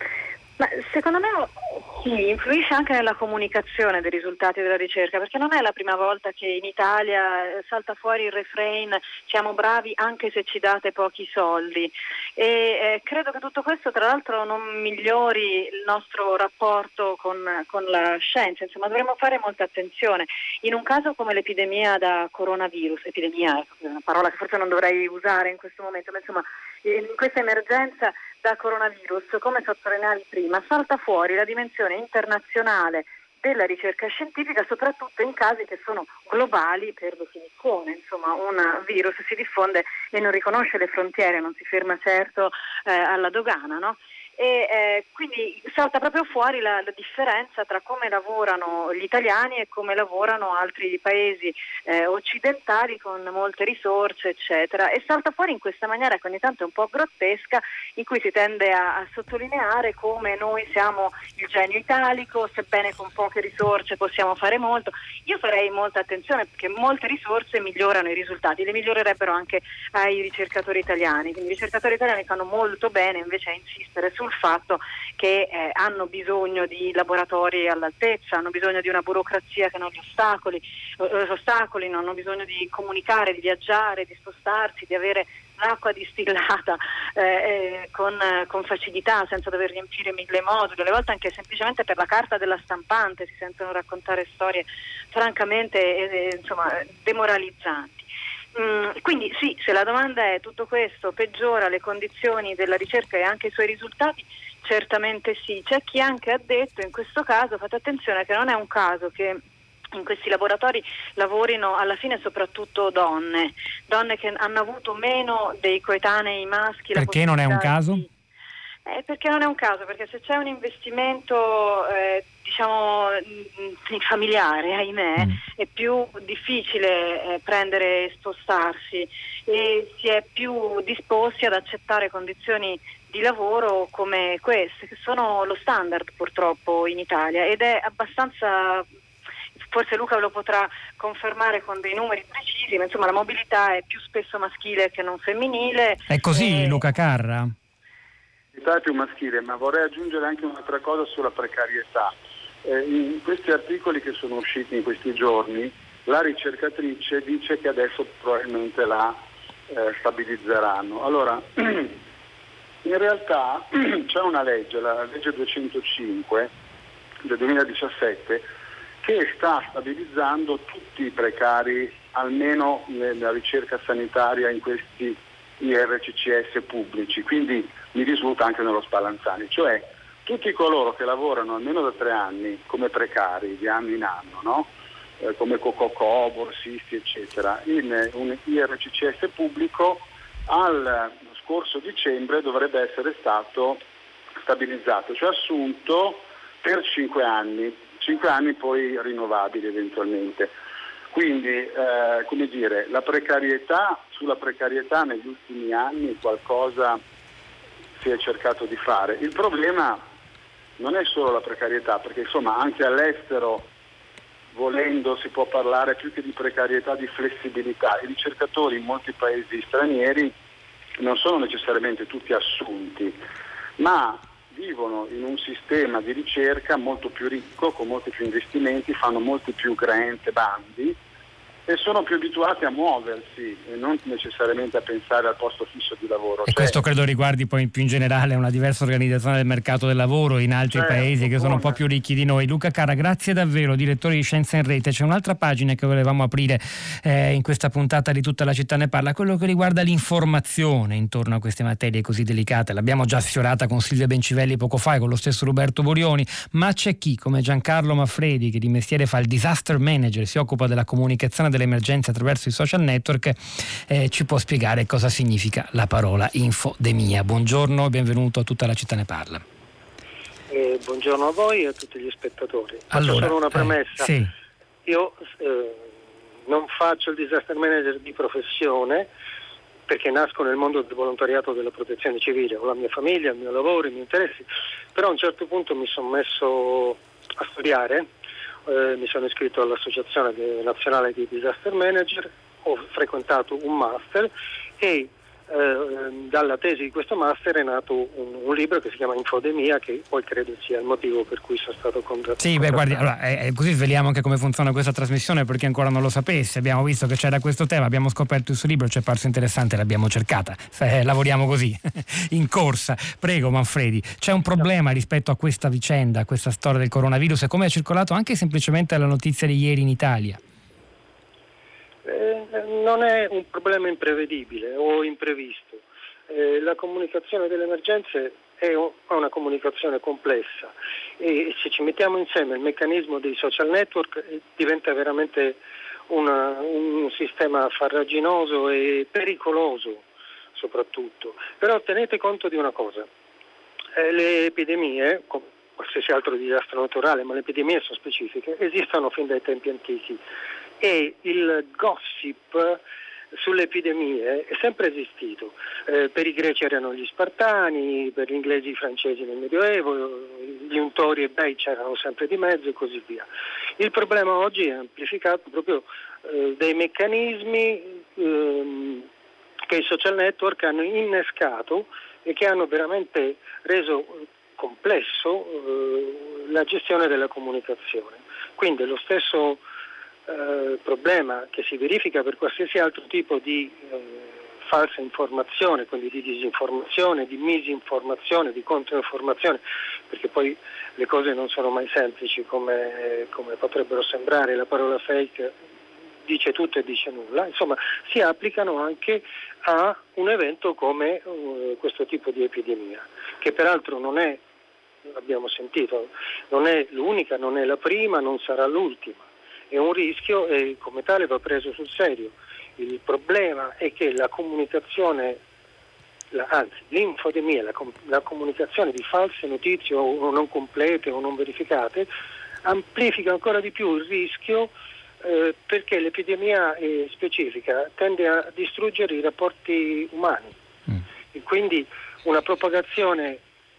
[SPEAKER 8] Ma secondo me sì, influisce anche nella comunicazione dei risultati della ricerca, perché non è la prima volta che in Italia salta fuori il refrain siamo bravi anche se ci date pochi soldi, e eh, credo che tutto questo tra l'altro non migliori il nostro rapporto con, con la scienza. Insomma, dovremmo fare molta attenzione. In un caso come l'epidemia da coronavirus, epidemia è una parola che forse non dovrei usare in questo momento, ma insomma in questa emergenza da coronavirus, come sottolineavi prima, salta fuori la dimensione internazionale della ricerca scientifica, soprattutto in casi che sono globali per definizione. Insomma, un virus si diffonde e non riconosce le frontiere, non si ferma certo eh, alla dogana, no? E eh, quindi salta proprio fuori la, la differenza tra come lavorano gli italiani e come lavorano altri paesi eh, occidentali con molte risorse, eccetera, e salta fuori in questa maniera che ogni tanto è un po' grottesca, in cui si tende a, a sottolineare come noi siamo il genio italico, sebbene con poche risorse possiamo fare molto. Io farei molta attenzione, perché molte risorse migliorano i risultati, le migliorerebbero anche ai ricercatori italiani, quindi i ricercatori italiani fanno molto bene invece a insistere sul fatto che eh, hanno bisogno di laboratori all'altezza, hanno bisogno di una burocrazia che non li ostacoli, eh, ostacoli, non hanno bisogno di comunicare, di viaggiare, di spostarsi, di avere l'acqua distillata eh, eh, con, eh, con facilità, senza dover riempire mille moduli, alle volte anche semplicemente per la carta della stampante si sentono raccontare storie francamente eh, insomma, demoralizzanti. Mm, quindi sì, se la domanda è tutto questo peggiora le condizioni della ricerca e anche i suoi risultati, certamente sì. C'è chi anche ha detto in questo caso, fate attenzione che non è un caso che in questi laboratori lavorino alla fine soprattutto donne, donne che hanno avuto meno dei coetanei maschi.
[SPEAKER 6] Perché non è un caso?
[SPEAKER 8] Di... Eh, perché non è un caso, perché se c'è un investimento eh, diciamo familiare, ahimè, mm. è più difficile eh, prendere e spostarsi, e si è più disposti ad accettare condizioni di lavoro come queste, che sono lo standard purtroppo in Italia, ed è abbastanza, forse Luca lo potrà confermare con dei numeri precisi, ma insomma la mobilità è più spesso maschile che non femminile.
[SPEAKER 6] È così,
[SPEAKER 8] e...
[SPEAKER 6] Luca Carra?
[SPEAKER 9] È più maschile, ma vorrei aggiungere anche un'altra cosa sulla precarietà. Eh, in questi articoli che sono usciti in questi giorni, la ricercatrice dice che adesso probabilmente la eh, stabilizzeranno. Allora, in realtà c'è una legge, la legge duecentocinque del duemiladiciassette, che sta stabilizzando tutti i precari, almeno nella ricerca sanitaria in questi I R C C S pubblici, quindi mi risulta anche nello Spallanzani, cioè tutti coloro che lavorano almeno da tre anni come precari di anno in anno, no? eh, come cococò, borsisti eccetera, in un I R C C S pubblico al scorso dicembre dovrebbe essere stato stabilizzato, cioè assunto per cinque anni, cinque anni poi rinnovabili eventualmente. Quindi, eh, come dire, la precarietà, sulla precarietà negli ultimi anni qualcosa si è cercato di fare. Il problema non è solo la precarietà, perché insomma anche all'estero, volendo, si può parlare più che di precarietà, di flessibilità. I ricercatori in molti paesi stranieri non sono necessariamente tutti assunti, ma vivono in un sistema di ricerca molto più ricco, con molti più investimenti, fanno molti più grant e bandi e sono più abituati a muoversi e non necessariamente a pensare al posto fisso di lavoro.
[SPEAKER 6] E
[SPEAKER 9] cioè,
[SPEAKER 6] questo credo riguardi poi più in generale una diversa organizzazione del mercato del lavoro in altri
[SPEAKER 9] certo,
[SPEAKER 6] paesi che sono un po'
[SPEAKER 9] come?
[SPEAKER 6] più ricchi di noi. Luca Carra, grazie davvero, direttore di Scienza in Rete. C'è un'altra pagina che volevamo aprire eh, in questa puntata di Tutta la città ne parla, quello che riguarda l'informazione intorno a queste materie così delicate. L'abbiamo già sfiorata con Silvia Bencivelli poco fa e con lo stesso Roberto Burioni, ma c'è chi come Giancarlo Maffredi, che di mestiere fa il disaster manager, si occupa della comunicazione delle emergenze attraverso i social network, eh, ci può spiegare cosa significa la parola infodemia. Buongiorno e benvenuto a Tutta la città ne parla.
[SPEAKER 10] Eh, buongiorno a voi e a tutti gli spettatori.
[SPEAKER 6] Allora,
[SPEAKER 10] Faccio solo una premessa.
[SPEAKER 6] Eh, sì.
[SPEAKER 10] Io eh, non faccio il disaster manager di professione perché nasco nel mondo del volontariato della protezione civile, ho la mia famiglia, il mio lavoro, i miei interessi, però a un certo punto mi sono messo a studiare. Eh, mi sono iscritto all'Associazione Nazionale di Disaster Manager, ho frequentato un master e eh, dalla tesi di questo master è nato un, un libro che si chiama Infodemia, che poi credo sia il motivo per cui sono stato contattato.
[SPEAKER 6] Sì, beh, guardi, allora, eh, così sveliamo anche come funziona questa trasmissione, perché ancora non lo sapesse. Abbiamo visto che c'era questo tema, abbiamo scoperto il suo libro, ci è parso interessante, l'abbiamo cercata. Eh, lavoriamo così, in corsa. Prego Manfredi, c'è un problema rispetto a questa vicenda, a questa storia del coronavirus e come è circolato anche semplicemente la notizia di ieri in Italia?
[SPEAKER 10] Eh, non è un problema imprevedibile o imprevisto. Eh, la comunicazione delle emergenze è una comunicazione complessa e se ci mettiamo insieme il meccanismo dei social network eh, diventa veramente una, un sistema farraginoso e pericoloso soprattutto. Però tenete conto di una cosa, eh, le epidemie, come qualsiasi altro disastro naturale, ma le epidemie sono specifiche, esistono fin dai tempi antichi. E il gossip sulle epidemie è sempre esistito. Eh, per i greci erano gli spartani, per gli inglesi i francesi nel Medioevo, gli untori ebrei c'erano sempre di mezzo e così via. Il problema oggi è amplificato proprio eh, dai meccanismi eh, che i social network hanno innescato e che hanno veramente reso complesso eh, la gestione della comunicazione. Quindi lo stesso Eh, problema che si verifica per qualsiasi altro tipo di eh, falsa informazione, quindi di disinformazione, di misinformazione, di controinformazione, perché poi le cose non sono mai semplici come, come potrebbero sembrare, la parola fake dice tutto e dice nulla, insomma si applicano anche a un evento come uh, questo tipo di epidemia, che peraltro non è, abbiamo sentito, non è l'unica, non è la prima, non sarà l'ultima. È un rischio e come tale va preso sul serio. Il problema è che la comunicazione, la, anzi l'infodemia, la, la comunicazione di false notizie o, o non complete o non verificate amplifica ancora di più il rischio eh, perché l'epidemia è specifica, tende a distruggere i rapporti umani mm. e quindi una propagazione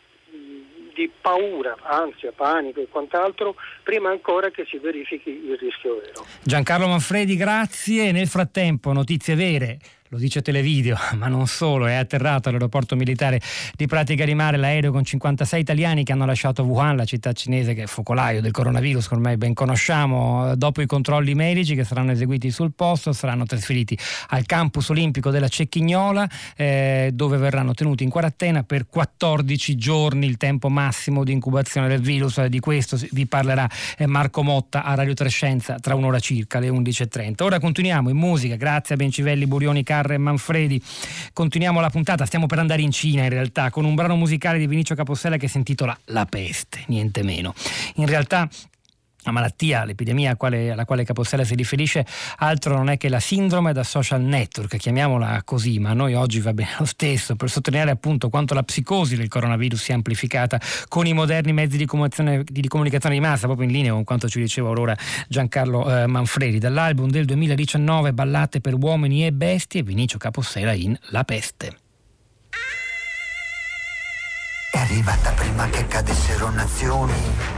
[SPEAKER 10] di paura, ansia, panico e quant'altro, prima ancora che si verifichi il rischio vero.
[SPEAKER 6] Giancarlo Manfredi, grazie. Nel frattempo, notizie vere. Lo dice Televideo, ma non solo, è atterrato all'aeroporto militare di Pratica di Mare l'aereo con cinquantasei italiani che hanno lasciato Wuhan, la città cinese che è focolaio del coronavirus, che ormai ben conosciamo. Dopo i controlli medici che saranno eseguiti sul posto, saranno trasferiti al campus olimpico della Cecchignola, eh, dove verranno tenuti in quarantena per quattordici giorni, il tempo massimo di incubazione del virus. Di questo vi parlerà Marco Motta a Radio Trescenza tra un'ora circa, alle undici e trenta. Ora continuiamo in musica, grazie a Bencivelli, Burioni, Carra e Manfredi. Continuiamo la puntata, stiamo per andare in Cina in realtà, con un brano musicale di Vinicio Capossela che si intitola La peste, niente meno. In realtà La malattia, l'epidemia quale, alla quale Capossela si riferisce altro non è che la sindrome da social network, chiamiamola così, ma a noi oggi va bene lo stesso, per sottolineare appunto quanto la psicosi del coronavirus sia amplificata con i moderni mezzi di comunicazione di, comunicazione di massa, proprio in linea con quanto ci diceva ora Giancarlo eh, Manfredi. Dall'album del duemiladiciannove Ballate per uomini e bestie, Vinicio Capossela in La peste.
[SPEAKER 11] È arrivata prima che cadessero nazioni,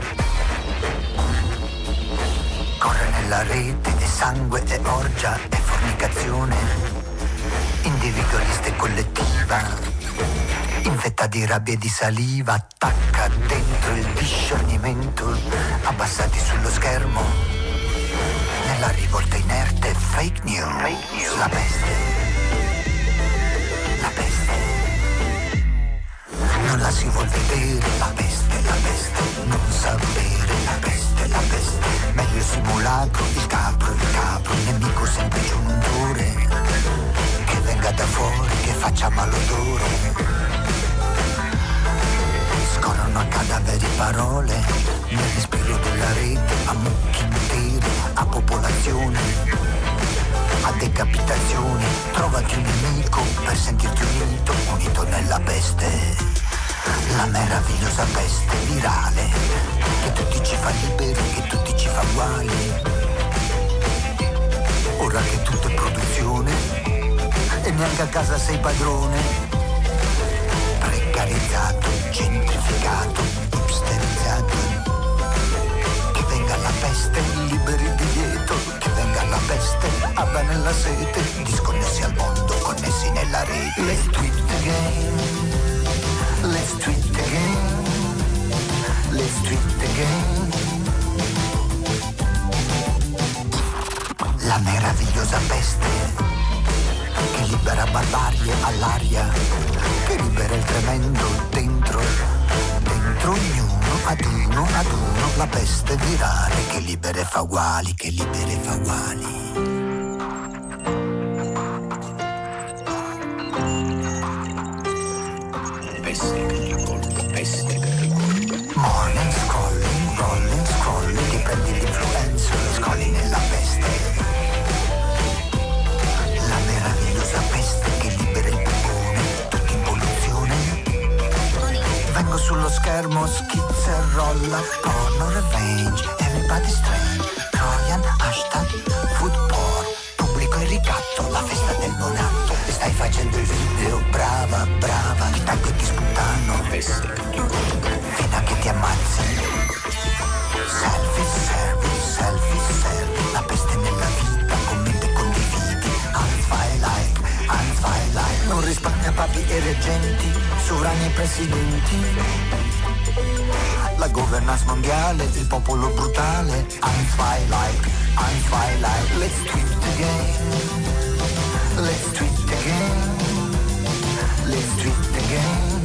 [SPEAKER 11] corre nella rete e sangue e orgia e fornicazione, individualista e collettiva, infetta di rabbia e di saliva, attacca dentro il discernimento, abbassati sullo schermo, nella rivolta inerte, fake news, fake news. La peste, la peste, non la si vuol vedere, la peste, la peste, non sapere, la peste, la peste, meglio il simulacro, il capro, il capro, il nemico sempre giuntore, che venga da fuori, che faccia malodore, scorrono a cadaveri parole, nel respiro della rete, a mucchi interi, a popolazione, a decapitazioni, trovati un nemico per sentirti unito, unito nella peste. La meravigliosa peste virale, che tutti ci fa liberi, che tutti ci fa uguali. Ora che tutto è produzione e neanche a casa sei padrone. Precarizzato, gentrificato, hipsterizzato. Che venga la peste, liberi il divieto. Che venga la peste, abbia nella sete. Disconnessi al mondo, connessi nella rete. Let's do it again. Let's do it again, let's do it again. La meravigliosa peste che libera barbarie all'aria, che libera il tremendo dentro, dentro ognuno, ad uno, ad uno, la peste virale che libera e fa uguali, che libera e fa uguali. Morning scrolling, rolling, scrolling, ti prendi l'influencer, scrolli nella peste. La meravigliosa peste che libera il pupone, tutto in polluzione. Vengo sullo schermo, schizza e rolla, porno revenge, everybody strange, Trojan, hashtag, food porn, pubblico e ricatto, la festa del monatto. Stai facendo il video, brava, brava, ti taggo e ti sputtano, fino a che ti ammazzi. Selfie, selfie, selfie, selfie, la peste nella vita, commenti e condividi, unfile like, unfile like, non risparmia papi e reggenti, sovrani e presidenti. La governance mondiale, il popolo brutale, unfile like, unfile like, let's do it again. Let's do it again, let's do it again.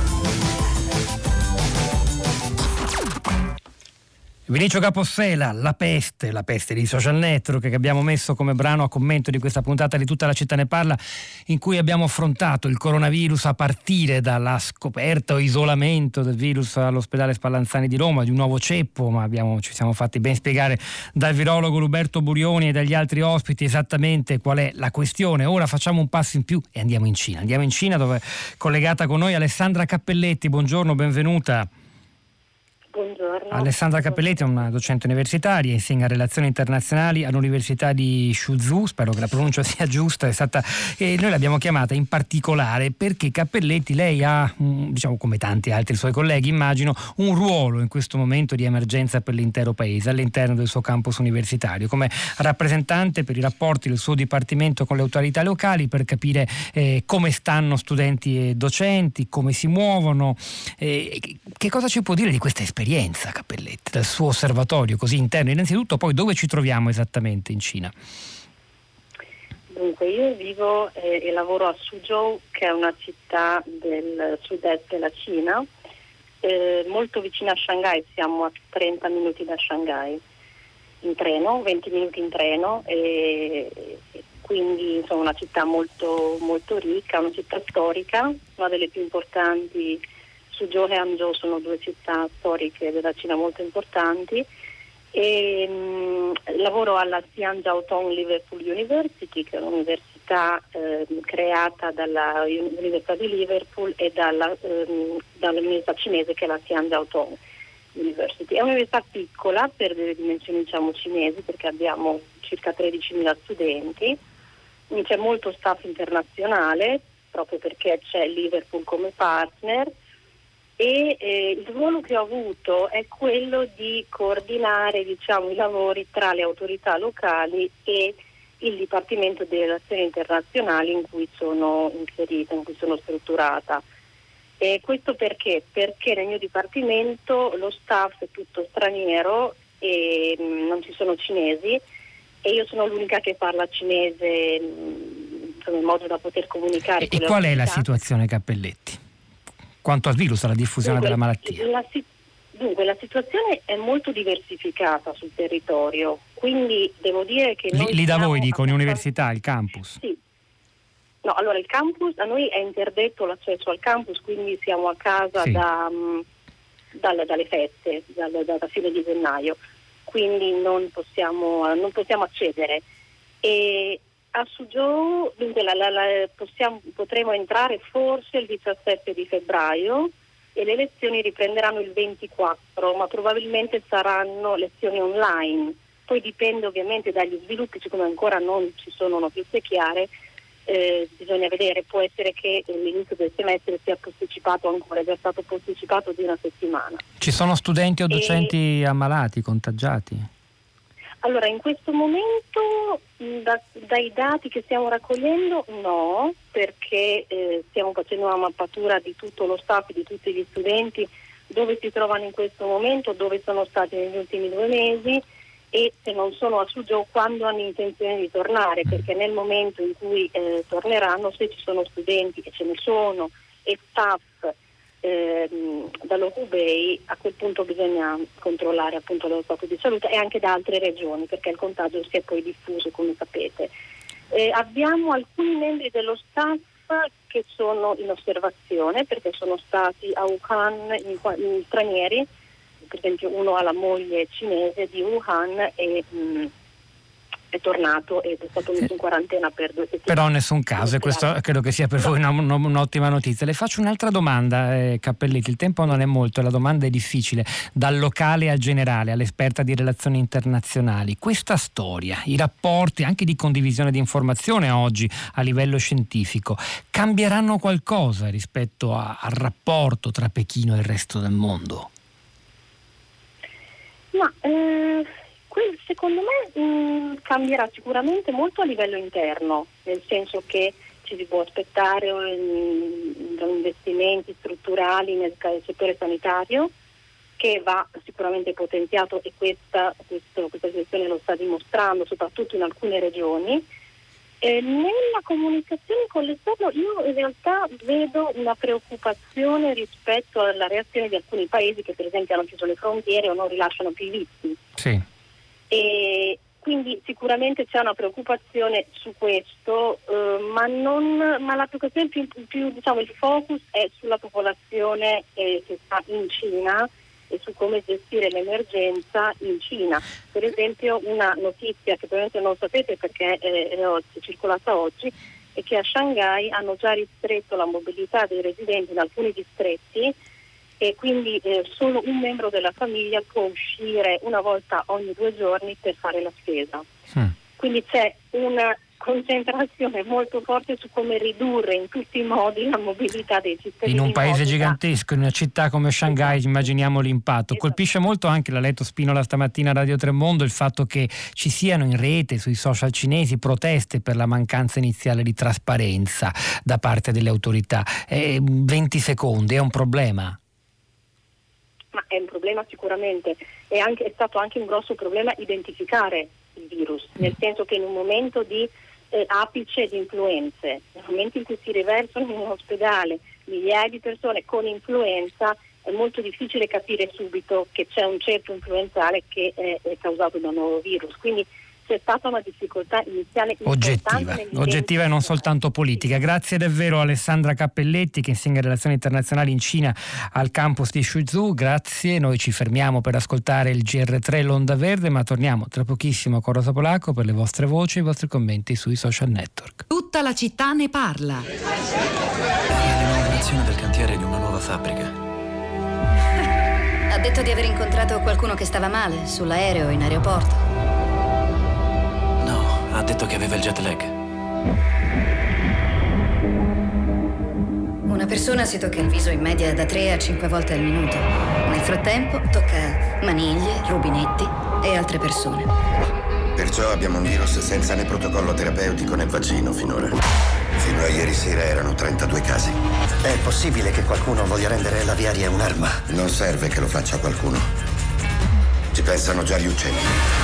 [SPEAKER 6] Vinicio Capossela, La peste, la peste di social network che abbiamo messo come brano a commento di questa puntata di Tutta la città ne parla, in cui abbiamo affrontato il coronavirus a partire dalla scoperta o isolamento del virus all'ospedale Spallanzani di Roma, di un nuovo ceppo, ma abbiamo, ci siamo fatti ben spiegare dal virologo Roberto Burioni e dagli altri ospiti esattamente qual è la questione. Ora facciamo un passo in più e andiamo in Cina. Andiamo in Cina dove è collegata con noi Alessandra Cappelletti. Buongiorno, benvenuta.
[SPEAKER 8] Buongiorno.
[SPEAKER 6] Alessandra Cappelletti è una docente universitaria, insegna relazioni internazionali all'Università di Suzhou, spero che la pronuncia sia giusta, è stata, e noi l'abbiamo chiamata in particolare perché Cappelletti, lei ha, diciamo come tanti altri suoi colleghi immagino, un ruolo in questo momento di emergenza per l'intero paese all'interno del suo campus universitario, come rappresentante per i rapporti del suo dipartimento con le autorità locali per capire eh, come stanno studenti e docenti, come si muovono, eh, che cosa ci può dire di questa esperienza Cappelletti, dal suo osservatorio così interno, innanzitutto poi dove ci troviamo esattamente in Cina?
[SPEAKER 8] Dunque io vivo eh, e lavoro a Suzhou, che è una città del sud-est della Cina, eh, molto vicina a Shanghai, siamo a trenta minuti da Shanghai in treno, venti minuti in treno, e, e quindi insomma una città molto, molto ricca, una città storica, una delle più importanti. Suzhou e Hangzhou sono due città storiche della Cina molto importanti
[SPEAKER 12] E, mh, lavoro alla Sian Jiao Tong Liverpool University, che è un'università eh, creata dalla Università di Liverpool e dalla, ehm, dall'università cinese che è la Sian Jiao Tong University. È un'università piccola per delle dimensioni, diciamo, cinesi, perché abbiamo circa tredicimila studenti, c'è molto staff internazionale proprio perché c'è Liverpool come partner, e eh, il ruolo che ho avuto è quello di coordinare, diciamo, i lavori tra le autorità locali e il Dipartimento di Relazioni Internazionali in cui sono inserita, in cui sono strutturata. E questo perché? Perché nel mio dipartimento lo staff è tutto straniero e mh, non ci sono cinesi, e io sono l'unica che parla cinese, mh, insomma, in modo da poter comunicare.
[SPEAKER 6] E, e qual è la situazione, Cappelletti? Quanto a virus, alla diffusione
[SPEAKER 12] dunque,
[SPEAKER 6] della malattia?
[SPEAKER 12] La, dunque, la situazione è molto diversificata sul territorio, quindi devo dire che noi...
[SPEAKER 6] Lì, lì da voi, dico,
[SPEAKER 12] abbastanza...
[SPEAKER 6] università, il campus?
[SPEAKER 12] Sì. No, allora il campus, a noi è interdetto l'accesso al campus, quindi siamo a casa sì. da, um, dalle, dalle feste, da, da, da fine di gennaio, quindi non possiamo, non possiamo accedere. E a Suzhou, dunque, la, la, la, possiamo, potremo entrare forse il diciassette di febbraio e le lezioni riprenderanno il ventiquattro, ma probabilmente saranno lezioni online. Poi dipende ovviamente dagli sviluppi, siccome ancora non ci sono notizie chiare. Eh, bisogna vedere, può essere che l'inizio del semestre sia posticipato ancora, è già stato posticipato di una settimana.
[SPEAKER 6] Ci sono studenti o docenti e... ammalati, contagiati?
[SPEAKER 12] Allora, in questo momento da, dai dati che stiamo raccogliendo no, perché eh, stiamo facendo una mappatura di tutto lo staff, di tutti gli studenti, dove si trovano in questo momento, dove sono stati negli ultimi due mesi, e se non sono a Suzhou quando hanno intenzione di tornare, perché nel momento in cui eh, torneranno, se ci sono studenti, e ce ne sono, e staff ehm, dallo Hubei, a quel punto bisogna controllare appunto lo stato di salute, e anche da altre regioni, perché il contagio si è poi diffuso, come sapete. Eh, abbiamo alcuni membri dello staff che sono in osservazione, perché sono stati a Wuhan in, in stranieri. Per esempio uno ha la moglie cinese di Wuhan e mh, è tornato ed è stato messo in quarantena per due settimane.
[SPEAKER 6] Però nessun caso, e questo credo che sia per voi una, un'ottima notizia. Le faccio un'altra domanda, eh, Cappelletti, il tempo non è molto e la domanda è difficile. Dal locale al generale, all'esperta di relazioni internazionali, questa storia, i rapporti anche di condivisione di informazione oggi a livello scientifico, cambieranno qualcosa rispetto a, al rapporto tra Pechino e il resto del mondo?
[SPEAKER 12] Ma eh, quel, secondo me mh, cambierà sicuramente molto a livello interno, nel senso che ci si può aspettare um, investimenti strutturali nel settore sanitario, che va sicuramente potenziato, e questa, questo, questa situazione lo sta dimostrando soprattutto in alcune regioni. Eh, nella comunicazione con l'esterno io in realtà vedo una preoccupazione rispetto alla reazione di alcuni paesi che per esempio hanno chiuso le frontiere o non rilasciano più i visti.
[SPEAKER 6] Sì.
[SPEAKER 12] E quindi sicuramente c'è una preoccupazione su questo, eh, ma, non, ma la preoccupazione più, più diciamo il focus è sulla popolazione eh, che sta in Cina e su come gestire l'emergenza in Cina. Per esempio una notizia che probabilmente non sapete perché è, è circolata oggi è che a Shanghai hanno già ristretto la mobilità dei residenti in alcuni distretti, e quindi eh, solo un membro della famiglia può uscire una volta ogni due giorni per fare la spesa. Mm. Quindi c'è una concentrazione molto forte su come ridurre in tutti i modi la mobilità dei cittadini.
[SPEAKER 6] In un paese
[SPEAKER 12] in
[SPEAKER 6] gigantesco, in una città come Shanghai, esatto. Immaginiamo l'impatto. Esatto. Colpisce molto anche, l'ha letto Spinola stamattina a Radio Tremondo, il fatto che ci siano in rete, sui social cinesi, proteste per la mancanza iniziale di trasparenza da parte delle autorità. Eh, venti secondi, è un problema?
[SPEAKER 12] Ma è un problema sicuramente. È, anche, è stato anche un grosso problema identificare il virus, nel senso che in un momento di eh, apice di influenze, nel momento in cui si riversano in un ospedale migliaia di persone con influenza, è molto difficile capire subito che c'è un certo influenzale che è, è causato da un nuovo virus. Quindi c'è stata una difficoltà iniziale
[SPEAKER 6] oggettiva, oggettiva e non soltanto politica. Grazie davvero a Alessandra Cappelletti, che insegna relazioni internazionali in Cina al campus di Suzhou. Grazie, noi ci fermiamo per ascoltare il G R tre l'Onda Verde, ma torniamo tra pochissimo con Rosa Polacco per le vostre voci e i vostri commenti sui social network.
[SPEAKER 1] Tutta la città ne parla.
[SPEAKER 13] È l'inaugurazione del cantiere di una nuova fabbrica.
[SPEAKER 14] Ha detto di aver incontrato qualcuno che stava male sull'aereo in aeroporto.
[SPEAKER 13] Ha detto che aveva il jet lag.
[SPEAKER 14] Una persona si tocca il viso in media da tre a cinque volte al minuto. Nel frattempo tocca maniglie, rubinetti e altre persone.
[SPEAKER 15] Perciò abbiamo un virus senza né protocollo terapeutico né vaccino finora. Fino a ieri sera erano trentadue casi.
[SPEAKER 16] È possibile che qualcuno voglia rendere l'aviaria un'arma?
[SPEAKER 15] Non serve che lo faccia qualcuno. Ci pensano già gli uccelli.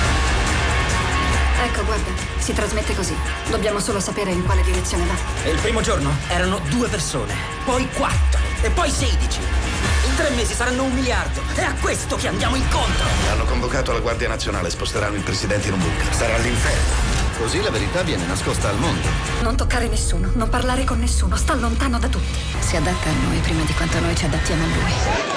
[SPEAKER 14] Ecco, guarda, si trasmette così. Dobbiamo solo sapere in quale direzione va.
[SPEAKER 16] E il primo giorno erano due persone, poi quattro, e poi sedici. In tre mesi saranno un miliardo. È a questo che andiamo incontro.
[SPEAKER 15] Hanno convocato la Guardia Nazionale, sposteranno il presidente in un bunker. Sarà l'inferno. Così la verità viene nascosta al mondo.
[SPEAKER 14] Non toccare nessuno, non parlare con nessuno, sta lontano da tutti. Si adatta a noi prima di quanto noi ci adattiamo a lui.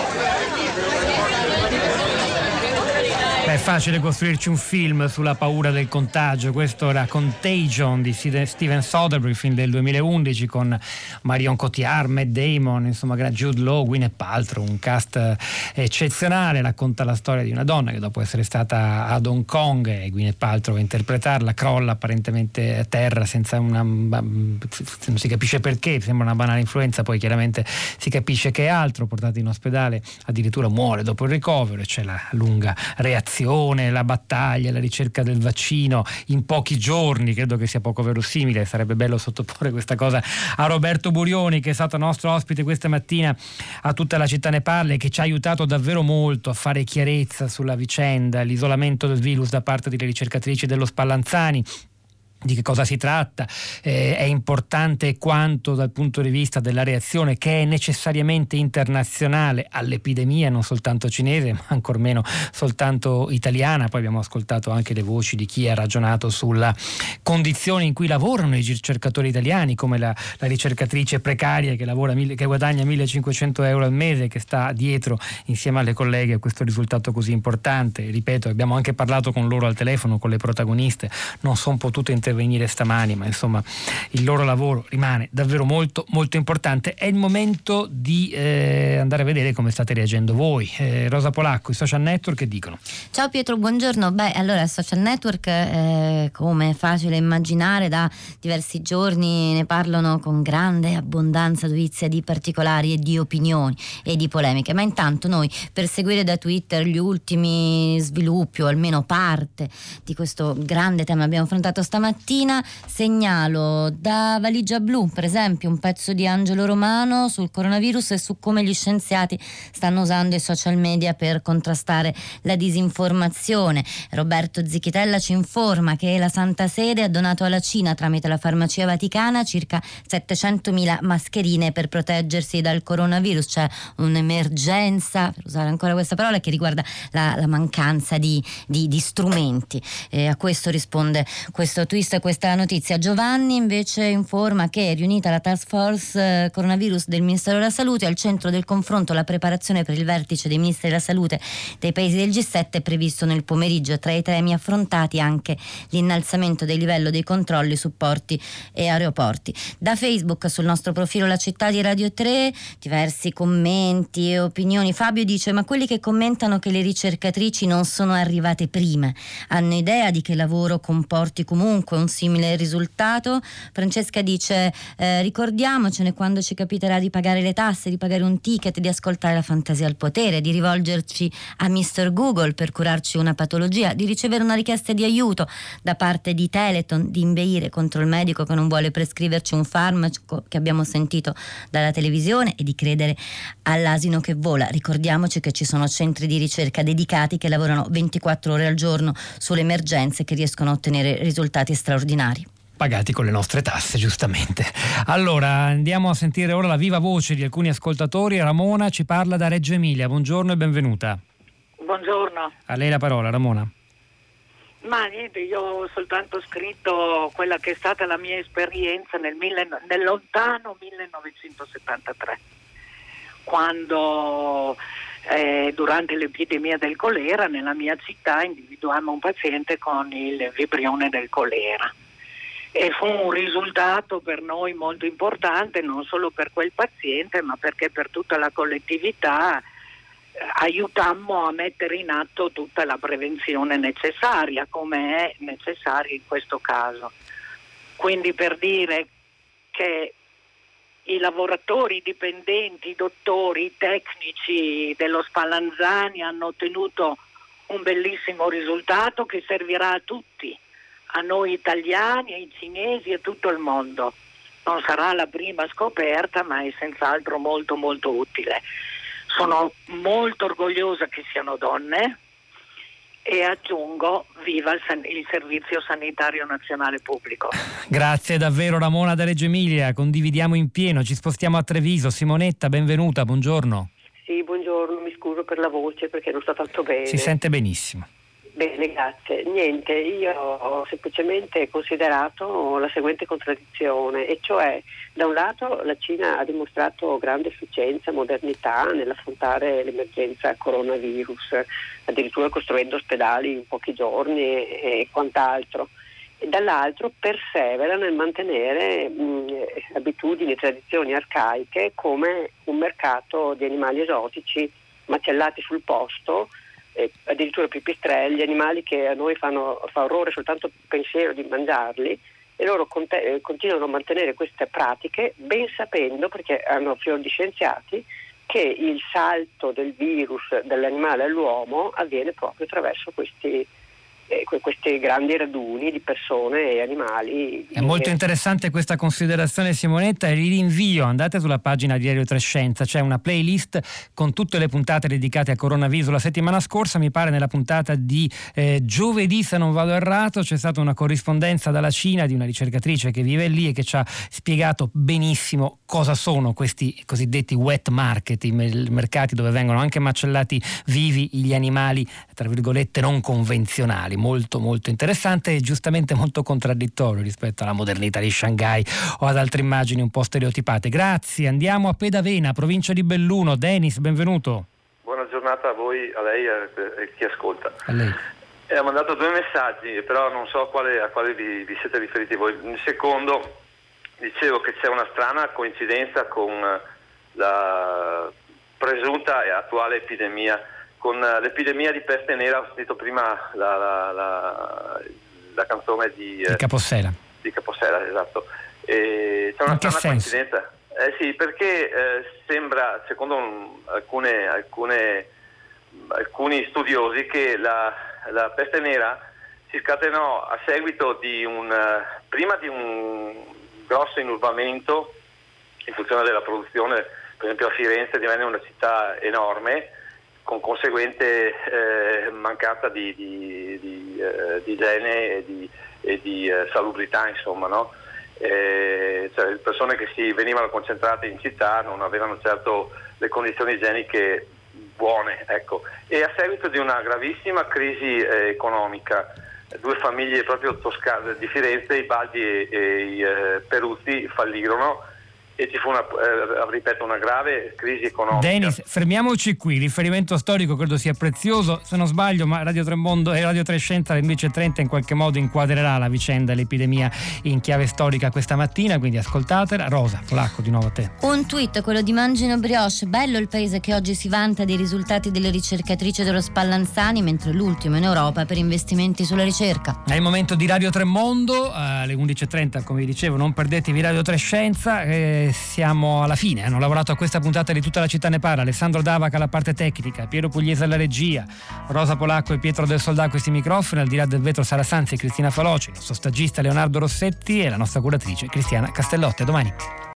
[SPEAKER 6] Beh, è facile costruirci un film sulla paura del contagio. Questo era Contagion di Steven Soderbergh, film del duemilaundici, con Marion Cotillard, Matt Damon, insomma Jude Law, Gwyneth Paltrow, un cast eccezionale. Racconta la storia di una donna che dopo essere stata ad Hong Kong, e Gwyneth Paltrow a interpretarla, crolla apparentemente a terra senza una, non si capisce perché, sembra una banale influenza, poi chiaramente si capisce che è altro, portata in ospedale, addirittura muore dopo il ricovero, e c'è la lunga reazione, la battaglia, la ricerca del vaccino in pochi giorni. Credo che sia poco verosimile, sarebbe bello sottoporre questa cosa a Roberto Burioni, che è stato nostro ospite questa mattina a Tutta la città ne parla e che ci ha aiutato davvero molto a fare chiarezza sulla vicenda, l'isolamento del virus da parte delle ricercatrici dello Spallanzani. Di che cosa si tratta, eh, è importante quanto dal punto di vista della reazione, che è necessariamente internazionale all'epidemia, non soltanto cinese ma ancor meno soltanto italiana. Poi abbiamo ascoltato anche le voci di chi ha ragionato sulla condizione in cui lavorano i ricercatori italiani, come la, la ricercatrice precaria che lavora che guadagna millecinquecento euro al mese, che sta dietro insieme alle colleghe a questo risultato così importante. Ripeto, abbiamo anche parlato con loro al telefono, con le protagoniste, non sono potute intervenire stamani, ma insomma il loro lavoro rimane davvero molto molto importante. È il momento di eh, andare a vedere come state reagendo voi. eh, Rosa Polacco, i social network che dicono?
[SPEAKER 17] Ciao Pietro, buongiorno. Beh, allora i social network, eh, come è facile immaginare, da diversi giorni ne parlano con grande abbondanza dovizia di particolari e di opinioni e di polemiche, ma intanto noi, per seguire da Twitter gli ultimi sviluppi, o almeno parte di questo grande tema che abbiamo affrontato stamattina, segnalo da Valigia Blu, per esempio, un pezzo di Angelo Romano sul coronavirus e su come gli scienziati stanno usando i social media per contrastare la disinformazione. Roberto Zichitella ci informa che la Santa Sede ha donato alla Cina, tramite la farmacia vaticana, circa settecentomila mascherine per proteggersi dal coronavirus. C'è un'emergenza, per usare ancora questa parola, che riguarda la, la mancanza di, di, di strumenti. E a questo risponde questo twist, questa notizia. Giovanni invece informa che, riunita la task force eh, coronavirus del Ministero della Salute, al centro del confronto la preparazione per il vertice dei ministri della salute dei paesi del G sette, è previsto nel pomeriggio. Tra i temi affrontati anche l'innalzamento del livello dei controlli su porti e aeroporti. Da Facebook, sul nostro profilo La Città di Radio tre, diversi commenti e opinioni. Fabio dice: ma quelli che commentano che le ricercatrici non sono arrivate prima hanno idea di che lavoro comporti comunque un simile risultato? Francesca dice: eh, ricordiamocene quando ci capiterà di pagare le tasse, di pagare un ticket, di ascoltare la fantasia al potere, di rivolgerci a mister Google per curarci una patologia, di ricevere una richiesta di aiuto da parte di Teleton, di imbeire contro il medico che non vuole prescriverci un farmaco che abbiamo sentito dalla televisione, e di credere all'asino che vola. Ricordiamoci che ci sono centri di ricerca dedicati che lavorano ventiquattro ore al giorno sulle emergenze, che riescono a ottenere risultati straordinari.
[SPEAKER 6] Pagati con le nostre tasse, giustamente. Allora, andiamo a sentire ora la viva voce di alcuni ascoltatori. Ramona ci parla da Reggio Emilia. Buongiorno e benvenuta.
[SPEAKER 18] Buongiorno.
[SPEAKER 6] A lei la parola, Ramona.
[SPEAKER 18] Ma niente, io ho soltanto scritto quella che è stata la mia esperienza nel, mille, nel lontano millenovecentosettantatré, quando eh, durante l'epidemia del colera nella mia città individuammo un paziente con il vibrione del colera. E fu un risultato per noi molto importante, non solo per quel paziente, ma perché per tutta la collettività aiutammo a mettere in atto tutta la prevenzione necessaria, come è necessaria in questo caso. Quindi, per dire che i lavoratori, i dipendenti, i dottori, i tecnici dello Spallanzani hanno ottenuto un bellissimo risultato che servirà a tutti, a noi italiani, ai cinesi e a tutto il mondo. Non sarà la prima scoperta, ma è senz'altro molto molto utile. Sono molto orgogliosa che siano donne e aggiungo viva il, san- il Servizio Sanitario Nazionale Pubblico.
[SPEAKER 6] Grazie davvero Ramona da Reggio Emilia, condividiamo in pieno, ci spostiamo a Treviso. Simonetta, benvenuta, buongiorno.
[SPEAKER 19] Sì, buongiorno, mi scuso per la voce perché non sto tanto bene.
[SPEAKER 6] Si sente benissimo.
[SPEAKER 19] Bene, grazie. Niente, io ho semplicemente considerato la seguente contraddizione, e cioè da un lato la Cina ha dimostrato grande efficienza, modernità nell'affrontare l'emergenza coronavirus, addirittura costruendo ospedali in pochi giorni e, e quant'altro, e dall'altro persevera nel mantenere mh, abitudini e tradizioni arcaiche come un mercato di animali esotici macellati sul posto, Eh, addirittura pipistrelli, animali che a noi fanno fa orrore soltanto pensiero di mangiarli, e loro conte- eh, continuano a mantenere queste pratiche ben sapendo, perché hanno fior di scienziati, che il salto del virus dall'animale all'uomo avviene proprio attraverso questi eh, questi grandi raduni di persone e animali.
[SPEAKER 6] È molto interessante questa considerazione, Simonetta, e vi rinvio, andate sulla pagina di Radio tre Scienza, c'è una playlist con tutte le puntate dedicate a coronavirus. La settimana scorsa, mi pare nella puntata di eh, giovedì, se non vado errato, c'è stata una corrispondenza dalla Cina di una ricercatrice che vive lì e che ci ha spiegato benissimo cosa sono questi cosiddetti wet market, i mercati dove vengono anche macellati vivi gli animali, tra virgolette, non convenzionali. Molto molto interessante e giustamente molto contraddittorio rispetto alla modernità di Shanghai o ad altre immagini un po' stereotipate. Grazie, andiamo a Pedavena, provincia di Belluno. Denis, benvenuto.
[SPEAKER 20] Buona giornata a voi, a lei e a chi ascolta.
[SPEAKER 6] A lei.
[SPEAKER 20] E ha mandato due messaggi, però non so a quale, a quale vi, vi siete riferiti voi. Il secondo, dicevo che c'è una strana coincidenza con la presunta e attuale epidemia, con l'epidemia di peste nera. Ho sentito prima la, la, la, la canzone di,
[SPEAKER 6] di Capossela.
[SPEAKER 20] Di Capossela, esatto. E c'è una
[SPEAKER 6] In che
[SPEAKER 20] strana
[SPEAKER 6] senso?
[SPEAKER 20] coincidenza. Eh sì, perché eh, sembra, secondo un, alcune, alcune, alcuni studiosi, che la, la peste nera si scatenò a seguito di un, prima di un grosso inurbamento in funzione della produzione. Per esempio a Firenze divenne una città enorme, con conseguente eh, mancanza di, di, di, eh, di igiene e di, e di eh, salubrità, insomma, no? Eh, cioè, le persone che si venivano concentrate in città non avevano certo le condizioni igieniche buone, ecco. E a seguito di una gravissima crisi eh, economica, due famiglie proprio toscane di Firenze, i Baldi e, e i eh, Peruzzi, fallirono e ci fu una, eh, ripeto, una grave crisi economica.
[SPEAKER 6] Denis, fermiamoci qui, riferimento storico credo sia prezioso, se non sbaglio, ma Radio tre Mondo e Radio tre Scienza alle undici e trenta in qualche modo inquadrerà la vicenda, l'epidemia in chiave storica questa mattina, quindi ascoltatela. Rosa Polacco, di nuovo a te.
[SPEAKER 17] Un tweet, quello di Mangino Brioche: bello il paese che oggi si vanta dei risultati delle ricercatrici dello Spallanzani, mentre l'ultimo in Europa per investimenti sulla ricerca.
[SPEAKER 6] È il momento di Radio tre Mondo, alle undici e trenta, come vi dicevo, non perdetevi Radio tre Scienza. eh, Siamo alla fine, hanno lavorato a questa puntata di Tutta la città ne parla Alessandro Davaca alla parte tecnica, Piero Pugliese alla regia, Rosa Polacco e Pietro del Soldà a questi microfoni, al di là del vetro Sara Sanzi e Cristina Faloci, il nostro stagista Leonardo Rossetti e la nostra curatrice Cristiana Castellotti. A domani.